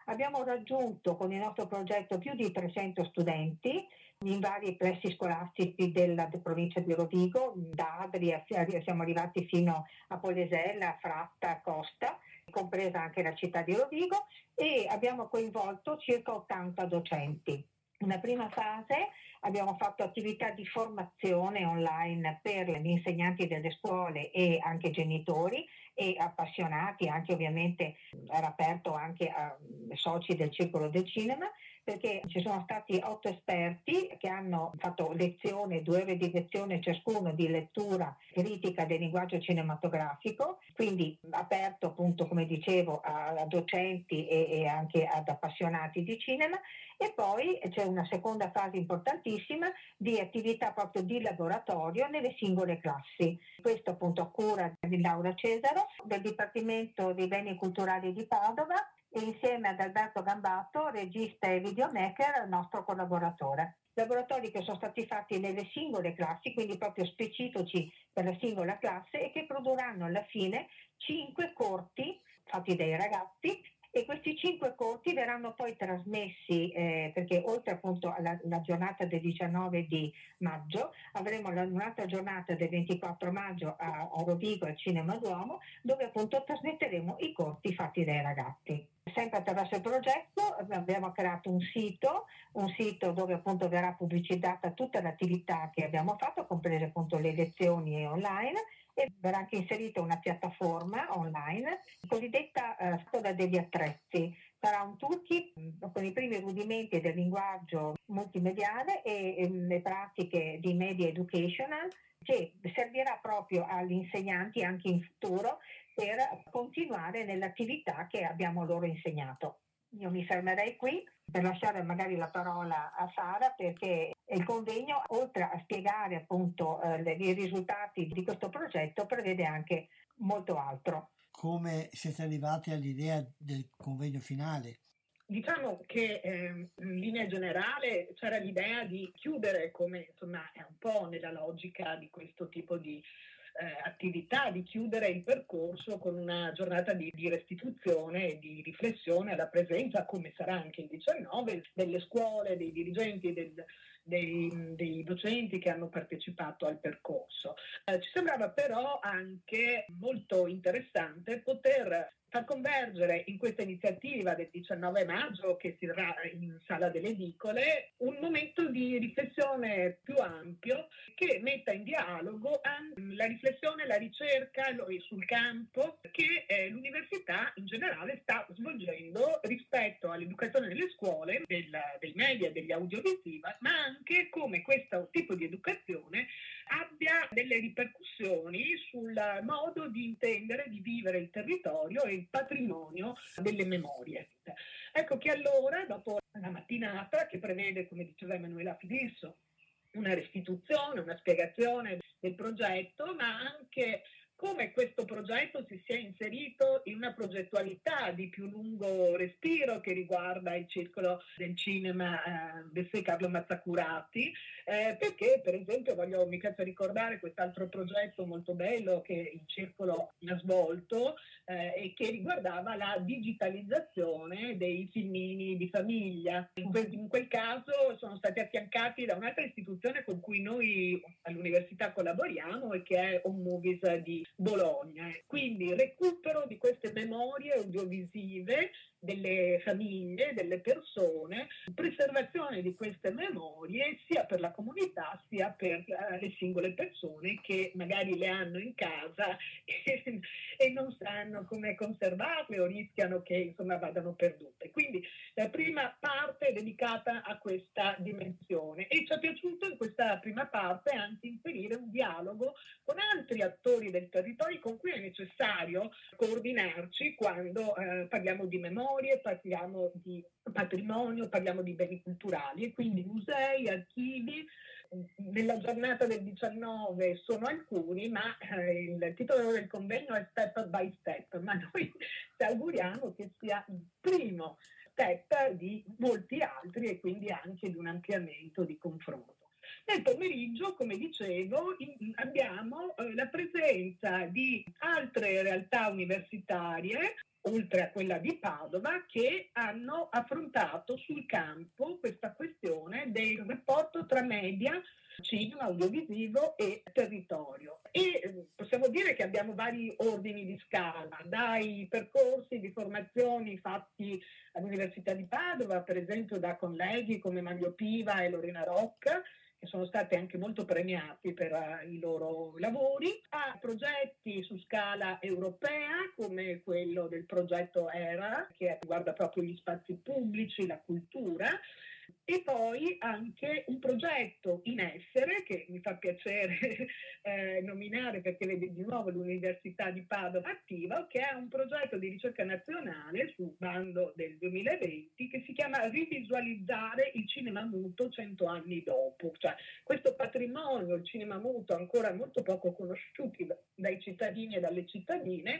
Abbiamo raggiunto con il nostro progetto più di trecento studenti in vari plessi scolastici della provincia di Rovigo, da Adria siamo arrivati fino a Polesella, Fratta, Costa, compresa anche la città di Rovigo, e abbiamo coinvolto circa ottanta docenti. Nella prima fase abbiamo fatto attività di formazione online per gli insegnanti delle scuole e anche genitori e appassionati, anche ovviamente era aperto anche a soci del Circolo del Cinema, perché ci sono stati otto esperti che hanno fatto lezione, due ore di lezione ciascuno di lettura critica del linguaggio cinematografico, quindi aperto appunto, come dicevo, a, a docenti e, e anche ad appassionati di cinema. E poi c'è una seconda fase importantissima di attività proprio di laboratorio nelle singole classi. Questo appunto a cura di Laura Cesaro del Dipartimento dei Beni Culturali di Padova, e insieme ad Alberto Gambato, regista e videomaker, nostro collaboratore. Laboratori che sono stati fatti nelle singole classi, quindi proprio specifici per la singola classe, e che produrranno alla fine cinque corti fatti dai ragazzi, e questi cinque corti verranno poi trasmessi, eh, perché oltre appunto alla, alla giornata del diciannove di maggio avremo la, un'altra giornata del ventiquattro maggio a, a Rovigo al Cinema Duomo, dove appunto trasmetteremo i corti fatti dai ragazzi. Sempre attraverso il progetto abbiamo creato un sito, un sito dove appunto verrà pubblicizzata tutta l'attività che abbiamo fatto, comprese appunto le lezioni online, e verrà anche inserita una piattaforma online cosiddetta eh, Storia degli attrezzi. Sarà un toolkit con i primi rudimenti del linguaggio multimediale e, e le pratiche di media educational, che servirà proprio agli insegnanti anche in futuro per continuare nell'attività che abbiamo loro insegnato. Io mi fermerei qui per lasciare magari la parola a Sara, perché il convegno, oltre a spiegare appunto eh, i risultati di questo progetto, prevede anche molto altro. Come siete arrivati all'idea del convegno finale? Diciamo che eh, in linea generale c'era l'idea di chiudere, come insomma è un po' nella logica di questo tipo di eh, attività, di chiudere il percorso con una giornata di, di restituzione e di riflessione alla presenza, come sarà anche il diciannove, delle scuole, dei dirigenti, del, dei, dei docenti che hanno partecipato al percorso. Eh, ci sembrava però anche molto interessante poter far convergere in questa iniziativa del diciannove maggio, che si terrà in Sala delle Edicole, un momento di riflessione più ampio che metta in dialogo la riflessione, la ricerca sul campo che eh, l'università in generale sta svolgendo rispetto all'educazione nelle scuole, del, dei media, degli audiovisiva, ma anche come questo tipo di educazione abbia delle ripercussioni sul modo di intendere, di vivere il territorio e il patrimonio delle memorie. Ecco che allora, dopo una mattinata che prevede, come diceva Emanuela Fidisso, una restituzione, una spiegazione del progetto, ma anche come questo progetto si sia inserito in una progettualità di più lungo respiro che riguarda il Circolo del Cinema eh, del Carlo Mazzacurati, eh, perché per esempio voglio mi piace ricordare quest'altro progetto molto bello che il Circolo ha svolto eh, e che riguardava la digitalizzazione dei filmini di famiglia. In quel, in quel caso sono stati affiancati da un'altra istituzione con cui noi all'università collaboriamo e che è Home Movies di Bologna. Quindi recupero di queste memorie audiovisive delle famiglie, delle persone, preservazione di queste memorie sia per la comunità sia per uh, le singole persone che magari le hanno in casa e, e non sanno come conservarle o rischiano che insomma vadano perdute. Quindi la prima parte è dedicata a questa dimensione e ci è piaciuto in questa prima parte anche inserire un dialogo con altri attori del territorio con cui è necessario coordinarci quando eh, parliamo di memoria, parliamo di patrimonio, parliamo di beni culturali, e quindi musei, archivi. Nella giornata del diciannove sono alcuni, ma eh, il titolo del convegno è Step by Step, ma noi ci auguriamo che sia il primo step di molti altri e quindi anche di un ampliamento di confronto. Nel pomeriggio, come dicevo, in, abbiamo eh, la presenza di altre realtà universitarie oltre a quella di Padova, che hanno affrontato sul campo questa questione del rapporto tra media, cinema, audiovisivo e territorio. E possiamo dire che abbiamo vari ordini di scala, dai percorsi di formazioni fatti all'Università di Padova, per esempio da colleghi come Mario Piva e Lorena Rocca, che sono stati anche molto premiati per uh, i loro lavori, a progetti su scala europea come quello del progetto ERA, che riguarda proprio gli spazi pubblici, la cultura, e poi anche un progetto in essere che mi fa piacere eh, nominare, perché vede di nuovo l'Università di Padova attiva, che è un progetto di ricerca nazionale sul bando del duemilaventi che si chiama Rivisualizzare il cinema muto cento anni dopo. Cioè, questo patrimonio, il cinema muto, ancora molto poco conosciuti dai cittadini e dalle cittadine,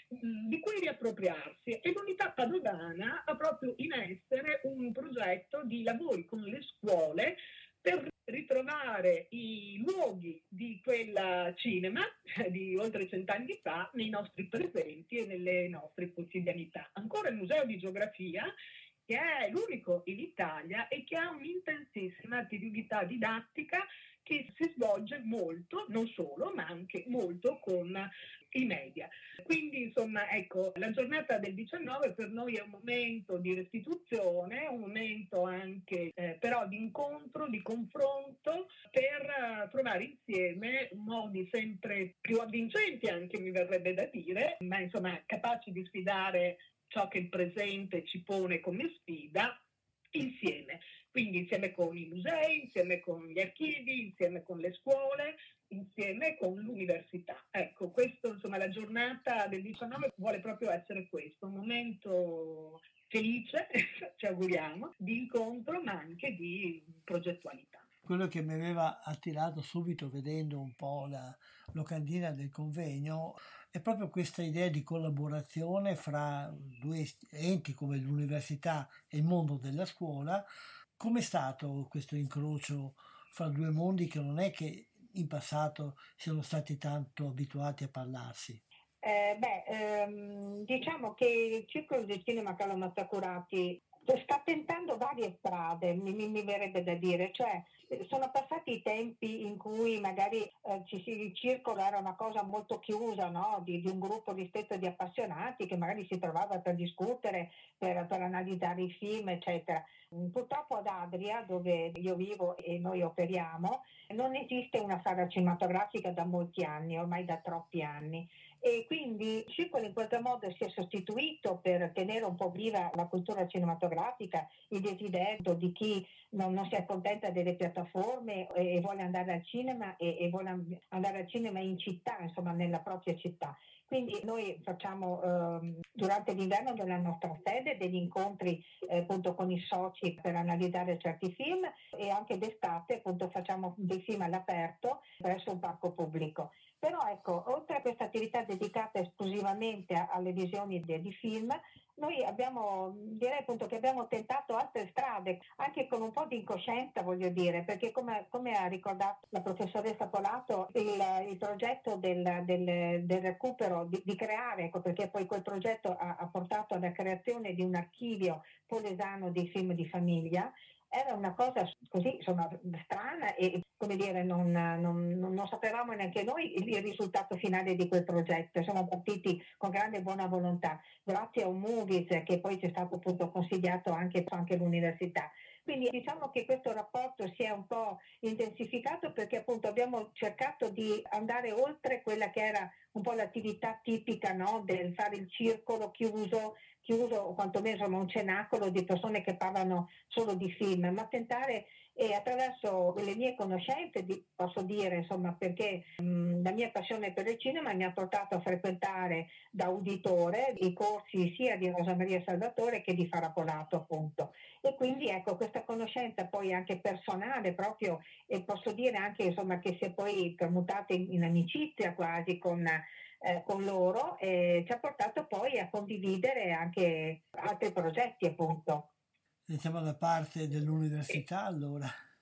di cui riappropriarsi, e l'Unità Padovana ha proprio in essere un progetto di lavori con le scuole per ritrovare i luoghi di quel cinema di oltre cent'anni fa nei nostri presenti e nelle nostre quotidianità. Ancora il Museo di Geografia, che è l'unico in Italia e che ha un'intensissima attività didattica che si svolge molto, non solo, ma anche molto con i media. Quindi, insomma, ecco, la giornata del diciannove per noi è un momento di restituzione, un momento anche eh, però di incontro, di confronto, per uh, trovare insieme modi sempre più avvincenti, anche mi verrebbe da dire, ma insomma capaci di sfidare ciò che il presente ci pone come sfida insieme. Quindi insieme con i musei, insieme con gli archivi, insieme con le scuole, insieme con l'università. Ecco, questo, insomma, la giornata del diciannove vuole proprio essere questo, un momento felice, ci auguriamo, di incontro ma anche di progettualità. Quello che mi aveva attirato subito vedendo un po' la locandina del convegno è proprio questa idea di collaborazione fra due enti come l'università e il mondo della scuola. Com'è stato questo incrocio fra due mondi che non è che in passato siano stati tanto abituati a parlarsi? Eh, beh, ehm, diciamo che il Circolo del Cinema Carlo Mazzacurati sta tentando varie strade, mi, mi, mi verrebbe da dire, cioè sono passati i tempi in cui magari eh, ci si, il circolo era una cosa molto chiusa, no? di, di un gruppo ristretto di appassionati che magari si trovava per discutere, per, per analizzare i film, eccetera. Purtroppo ad Adria, dove io vivo e noi operiamo, non esiste una sala cinematografica da molti anni, ormai da troppi anni. E quindi il circolo in qualche modo si è sostituito per tenere un po' viva la cultura cinematografica, il desiderio di chi non, non si accontenta delle piattaforme e, e vuole andare al cinema e, e vuole andare al cinema in città, insomma nella propria città. Quindi noi facciamo eh, durante l'inverno nella nostra sede degli incontri eh, appunto con i soci per analizzare certi film, e anche d'estate appunto facciamo dei film all'aperto presso un parco pubblico. Però ecco, oltre a questa attività dedicata esclusivamente a, alle visioni de, di film, noi abbiamo, direi appunto che abbiamo tentato altre strade, anche con un po' di incoscienza, voglio dire, perché come, come ha ricordato la professoressa Polato, il, il progetto del, del, del recupero, di, di creare, ecco, perché poi quel progetto ha, ha portato alla creazione di un archivio polesano dei film di famiglia, era una cosa così, insomma, strana e, come dire, non, non, non sapevamo neanche noi il risultato finale di quel progetto. Siamo partiti con grande buona volontà, grazie a un Movies che poi ci è stato appunto consigliato anche, anche l'università. Quindi diciamo che questo rapporto si è un po' intensificato perché appunto abbiamo cercato di andare oltre quella che era un po' l'attività tipica, no? Del fare il circolo chiuso, chiuso o quantomeno insomma, un cenacolo di persone che parlano solo di film, ma tentare e attraverso le mie conoscenze, di, posso dire insomma perché mh, la mia passione per il cinema mi ha portato a frequentare da uditore i corsi sia di Rosa Maria Salvatore che di Farah Polato appunto, e quindi ecco questa conoscenza poi anche personale proprio, e posso dire anche insomma che si è poi tramutata in, in amicizia quasi con Eh, con loro, e ci ha portato poi a condividere anche altri progetti appunto. Siamo da parte dell'università allora.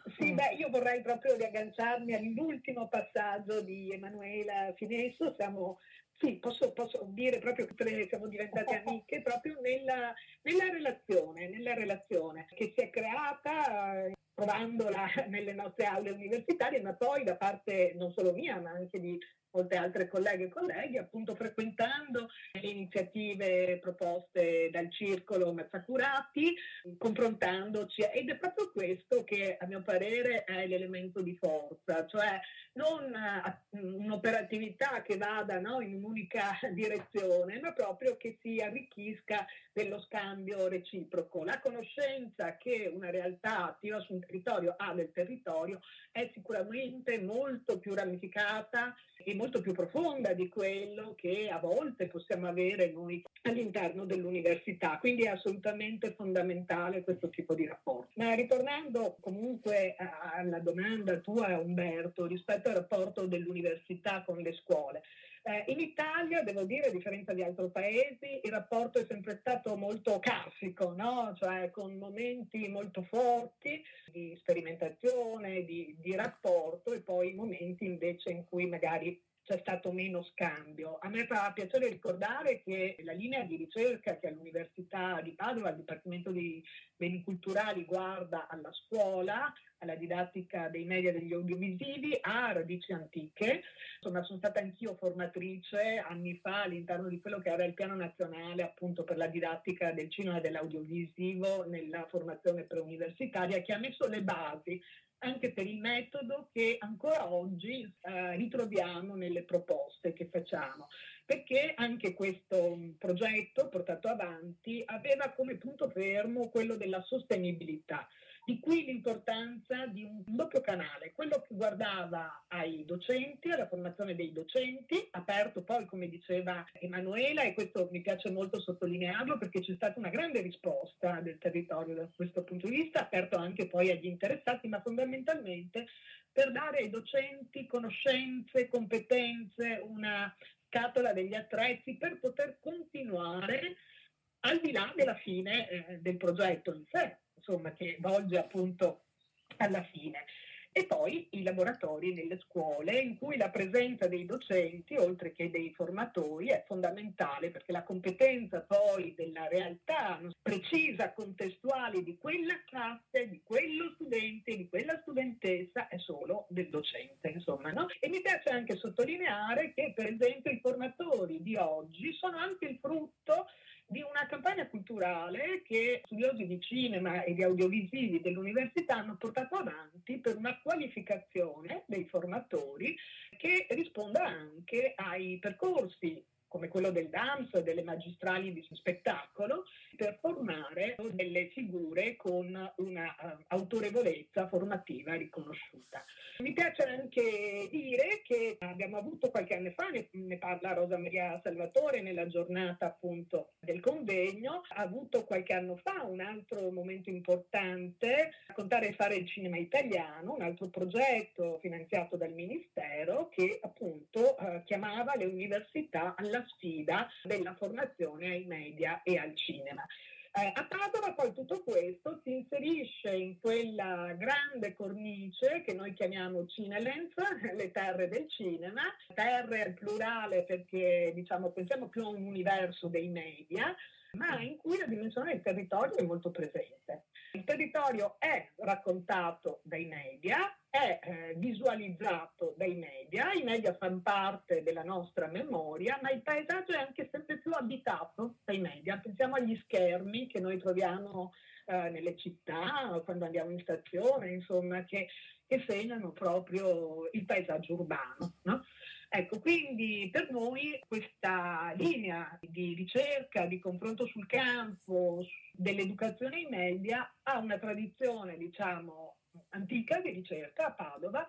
Sì, beh, io vorrei proprio riagganciarmi all'ultimo passaggio di Emanuela Finesso. Siamo, sì, posso, posso dire proprio che siamo diventate amiche proprio nella, nella relazione, nella relazione che si è creata eh, provandola nelle nostre aule universitarie, ma poi da parte non solo mia, ma anche di molte altre colleghe e colleghi, appunto frequentando le iniziative proposte dal circolo Mazzacurati, confrontandoci, ed è proprio questo che a mio parere è l'elemento di forza, cioè non un'operatività che vada, no, in un'unica direzione, ma proprio che si arricchisca dello scambio reciproco. La conoscenza che una realtà attiva su un territorio ha del territorio è sicuramente molto più ramificata e molto più profonda di quello che a volte possiamo avere noi all'interno dell'università, quindi è assolutamente fondamentale questo tipo di rapporto. Ma ritornando comunque alla domanda tua, Umberto, rispetto al rapporto dell'università con le scuole, Eh, in Italia, devo dire, a differenza di altri paesi, il rapporto è sempre stato molto classico, no? Cioè con momenti molto forti di sperimentazione, di, di rapporto, e poi momenti invece in cui magari c'è stato meno scambio. A me fa piacere ricordare che la linea di ricerca che all'Università di Padova, al Dipartimento di Beni Culturali, guarda alla scuola, alla didattica dei media e degli audiovisivi, ha radici antiche. Insomma, sono stata anch'io formatrice anni fa all'interno di quello che era il piano nazionale appunto per la didattica del cinema e dell'audiovisivo nella formazione preuniversitaria, che ha messo le basi anche per il metodo che ancora oggi eh, ritroviamo nelle proposte che facciamo, perché anche questo progetto portato avanti aveva come punto fermo quello della sostenibilità. Di qui l'importanza di un doppio canale, quello che guardava ai docenti, alla formazione dei docenti, aperto poi, come diceva Emanuela, e questo mi piace molto sottolinearlo perché c'è stata una grande risposta del territorio da questo punto di vista, aperto anche poi agli interessati, ma fondamentalmente per dare ai docenti conoscenze, competenze, una scatola degli attrezzi per poter continuare al di là della fine eh, del progetto in sé, insomma, che volge appunto alla fine. E poi i laboratori nelle scuole, in cui la presenza dei docenti, oltre che dei formatori, è fondamentale, perché la competenza poi della realtà precisa, contestuale di quella classe, di quello studente, di quella studentessa, è solo del docente, insomma, no? E mi piace anche sottolineare che, per esempio, i formatori di oggi sono anche il frutto di una campagna culturale che studiosi di cinema e di audiovisivi dell'università hanno portato avanti per una qualificazione dei formatori che risponda anche ai percorsi come quello del D A M S, delle magistrali di spettacolo, per formare delle figure con una uh, autorevolezza formativa riconosciuta. Mi piace anche dire che abbiamo avuto qualche anno fa, ne, ne parla Rosa Maria Salvatore nella giornata appunto del convegno, ha avuto qualche anno fa un altro momento importante, Raccontare e fare il cinema italiano, un altro progetto finanziato dal Ministero che appunto uh, chiamava le università alla sfida della formazione ai media e al cinema. Eh, a Padova poi tutto questo si inserisce in quella grande cornice che noi chiamiamo Cinelens, le terre del cinema, terre al plurale perché diciamo pensiamo più a un universo dei media, ma in cui la dimensione del territorio è molto presente. Il territorio è raccontato dai media, è eh, visualizzato dai media, i media fanno parte della nostra memoria, ma il paesaggio è anche sempre più abitato dai media. Pensiamo agli schermi che noi troviamo eh, nelle città, quando andiamo in stazione, insomma, che, che segnano proprio il paesaggio urbano, no? Ecco, quindi per noi questa linea di ricerca, di confronto sul campo, dell'educazione ai media ha una tradizione, diciamo, antica di ricerca a Padova,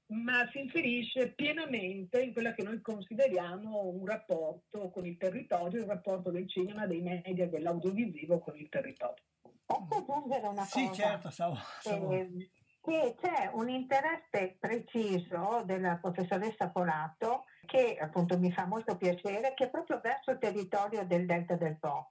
ma si inserisce pienamente in quella che noi consideriamo un rapporto con il territorio, il rapporto del cinema, dei media e dell'audiovisivo con il territorio. Posso aggiungere una sì, cosa? Sì, certo, stavo... stavo... Eh, che c'è un interesse preciso della professoressa Polato che appunto mi fa molto piacere, che è proprio verso il territorio del Delta del Po,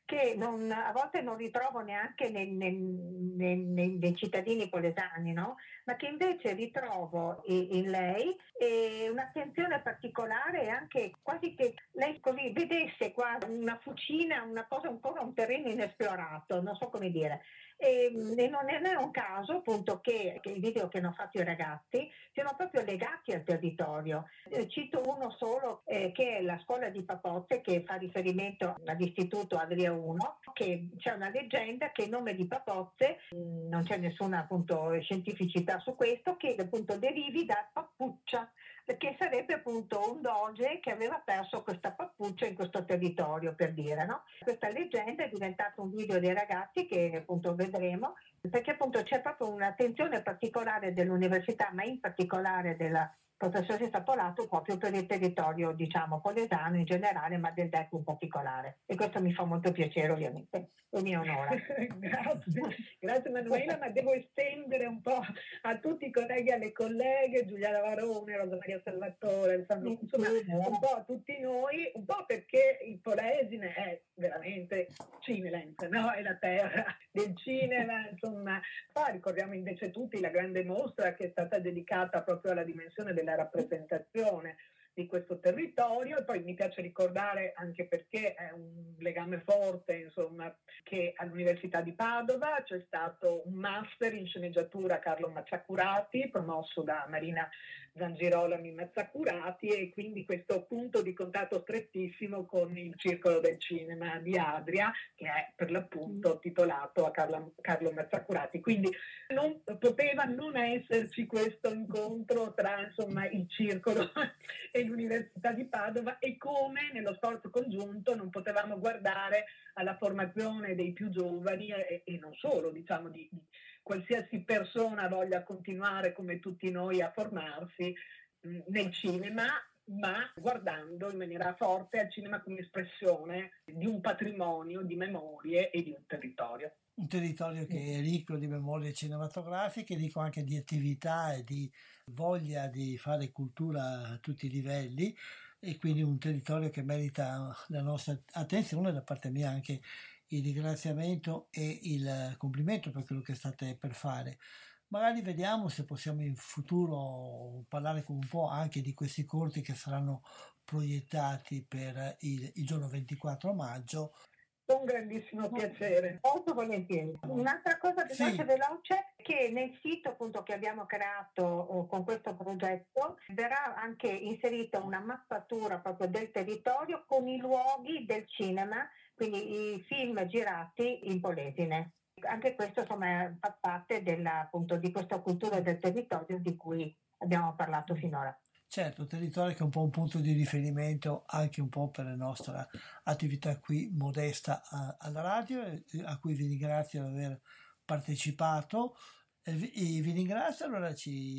che non, a volte non ritrovo neanche nei, nei, nei, nei, nei cittadini polesani, no? Ma che invece ritrovo in, in lei eh, un'attenzione particolare e anche quasi che lei così vedesse qua una fucina, una cosa ancora un terreno inesplorato, non so come dire. E, e non è, non è un caso appunto che, che i video che hanno fatto i ragazzi siano proprio legati al territorio. Eh, cito uno solo eh, che è la scuola di Papozze, che fa riferimento all'istituto Adria uno, che c'è una leggenda che il nome di Papozze, mh, non c'è nessuna appunto scientificità su questo, che appunto derivi da pappuccia, che sarebbe appunto un doge che aveva perso questa pappuccia in questo territorio, per dire, no? Questa leggenda è diventata un video dei ragazzi che appunto vedremo, perché appunto c'è proprio un'attenzione particolare dell'università, ma in particolare della professoressa Polato, proprio per il territorio, diciamo, polesano in generale, ma del D E C in particolare. E questo mi fa molto piacere, ovviamente, e mi onora. Grazie, grazie Manuela, ma devo estendere un po' a tutti i colleghi e alle colleghe, Giuliana Varone, Rosa Maria Salvatore, Alessandro, insomma, un po' a tutti noi, un po' perché il Polesine è veramente Cineland, no? È la terra del cinema, insomma. Poi ricordiamo invece tutti la grande mostra che è stata dedicata proprio alla dimensione della rappresentazione di questo territorio, e poi mi piace ricordare, anche perché è un legame forte, insomma, che all'Università di Padova c'è stato un master in sceneggiatura Carlo Mazzacurati, promosso da Marina Zangirolami Mazzacurati, e quindi questo punto di contatto strettissimo con il Circolo del Cinema di Adria, che è per l'appunto titolato a Carlo, Carlo Mazzacurati. Quindi non poteva non esserci questo incontro tra, insomma, il Circolo e l'Università di Padova, e come nello sforzo congiunto non potevamo guardare alla formazione dei più giovani e, e non solo, diciamo, di, di qualsiasi persona voglia continuare come tutti noi a formarsi mh, nel cinema, ma guardando in maniera forte al cinema come espressione di un patrimonio, di memorie e di un territorio. Un territorio che è ricco di memorie cinematografiche, ricco anche di attività e di voglia di fare cultura a tutti i livelli, e quindi un territorio che merita la nostra attenzione. Da parte mia anche il ringraziamento e il complimento per quello che state per fare. Magari vediamo se possiamo in futuro parlare con un po' anche di questi corti che saranno proiettati per il, il giorno ventiquattro maggio. Con grandissimo piacere. Molto volentieri. Un'altra cosa veloce Sì. veloce, che nel sito appunto che abbiamo creato eh, con questo progetto verrà anche inserita una mappatura proprio del territorio con i luoghi del cinema, quindi i film girati in Polesine. Anche questo insomma fa parte della, appunto, di questa cultura del territorio di cui abbiamo parlato finora. Certo, territorio che è un po' un punto di riferimento anche un po' per la nostra attività qui modesta a, alla radio, a cui vi ringrazio di aver partecipato e vi, e vi ringrazio. Allora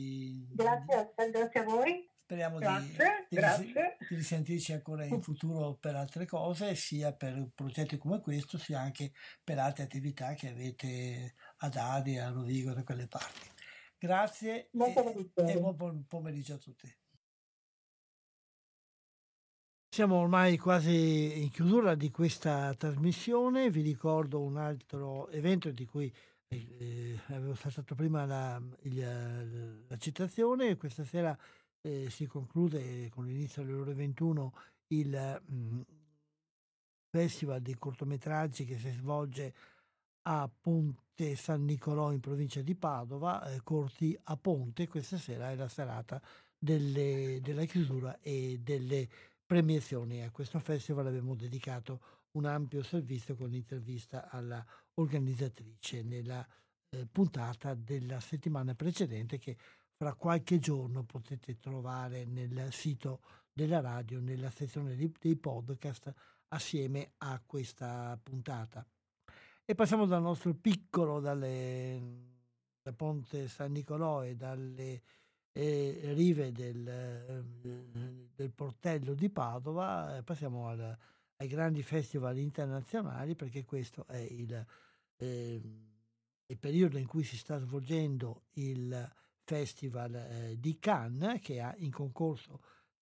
ci Grazie, grazie a voi. Speriamo Grazie, di, grazie. Di, di risentirci ancora in futuro per altre cose, sia per progetti come questo, sia anche per altre attività che avete ad Adria, a Rovigo, da quelle parti. Grazie e, e buon pomeriggio a tutti. Siamo ormai quasi in chiusura di questa trasmissione. Vi ricordo un altro evento di cui eh, avevo saltato prima la, il, la citazione. Questa sera eh, si conclude con l'inizio alle ore ventuno il mh, Festival di cortometraggi che si svolge a Ponte San Nicolò in provincia di Padova, eh, Corti a Ponte. Questa sera è la serata delle, della chiusura e delle premiazioni. A questo festival abbiamo dedicato un ampio servizio con l'intervista alla organizzatrice nella eh, puntata della settimana precedente, che fra qualche giorno potete trovare nel sito della radio, nella sezione di, dei podcast, assieme a questa puntata. E passiamo dal nostro piccolo, dalle, da Ponte San Nicolò e dalle e rive del, del portello di Padova, passiamo al, ai grandi festival internazionali, perché questo è il, eh, il periodo in cui si sta svolgendo il Festival eh, di Cannes, che ha in concorso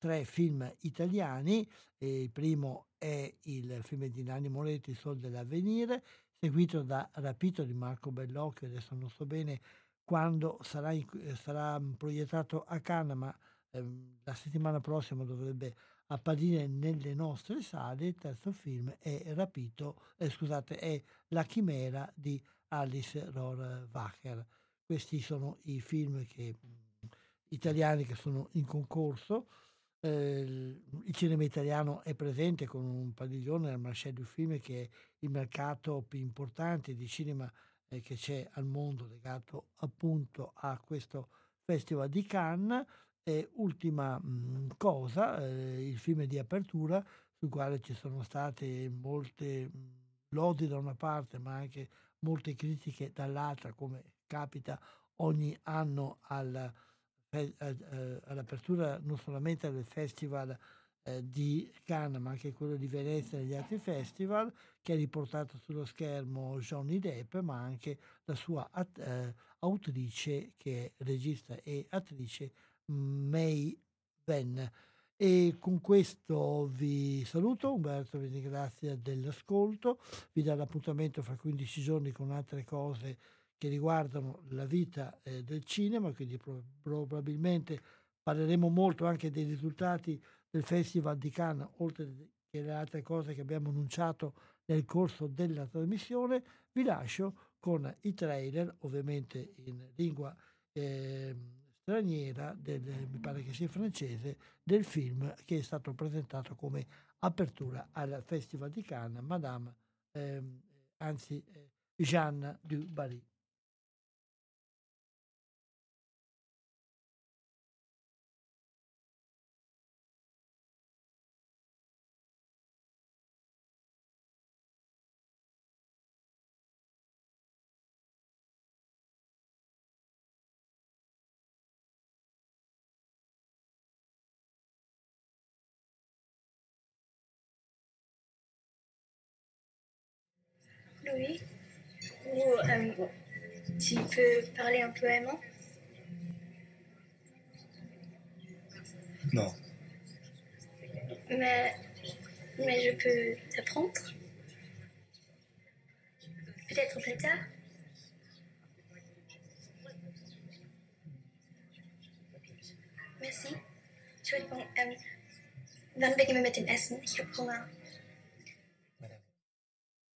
tre film italiani. E il primo è il film di Nanni Moretti, Il Sol dell'Avvenire, seguito da Rapito di Marco Bellocchio. Adesso non so bene quando sarà, in, sarà proiettato a Cannes, ma ehm, la settimana prossima dovrebbe apparire nelle nostre sale. Il terzo film è Rapito, eh, scusate, è La Chimera di Alice Rohrwacher. Questi sono i film che, italiani che sono in concorso. Eh, il cinema italiano è presente con un padiglione al Marché du Film, che è il mercato più importante di cinema eh, che c'è al mondo, legato appunto a questo Festival di Cannes. E ultima mh, cosa, eh, il film di apertura, sul quale ci sono state molte mh, lodi da una parte, ma anche molte critiche dall'altra, come capita ogni anno al, eh, eh, all'apertura non solamente del Festival eh, di Cannes, ma anche quello di Venezia e degli altri festival, che ha riportato sullo schermo Johnny Depp, ma anche la sua at- eh, autrice, che è regista e attrice, May Venn. E con questo vi saluto, Umberto vi ringrazia dell'ascolto, vi dà l'appuntamento fra quindici giorni con altre cose che riguardano la vita eh, del cinema, quindi pro- probabilmente parleremo molto anche dei risultati del Festival di Cannes, oltre che le altre cose che abbiamo annunciato nel corso della trasmissione. Vi lascio con i trailer, ovviamente in lingua eh, straniera, del, mi pare che sia francese, del film che è stato presentato come apertura al Festival di Cannes, Madame, eh, anzi eh, Jeanne du Barry. Louis, ou euh, tu peux parler un peu allemand? Non. Mais, mais je peux t'apprendre? Peut-être plus tard? Merci. Entschuldigung, ähm, wann beginnen wir mit dem Essen? Ich habe Hunger.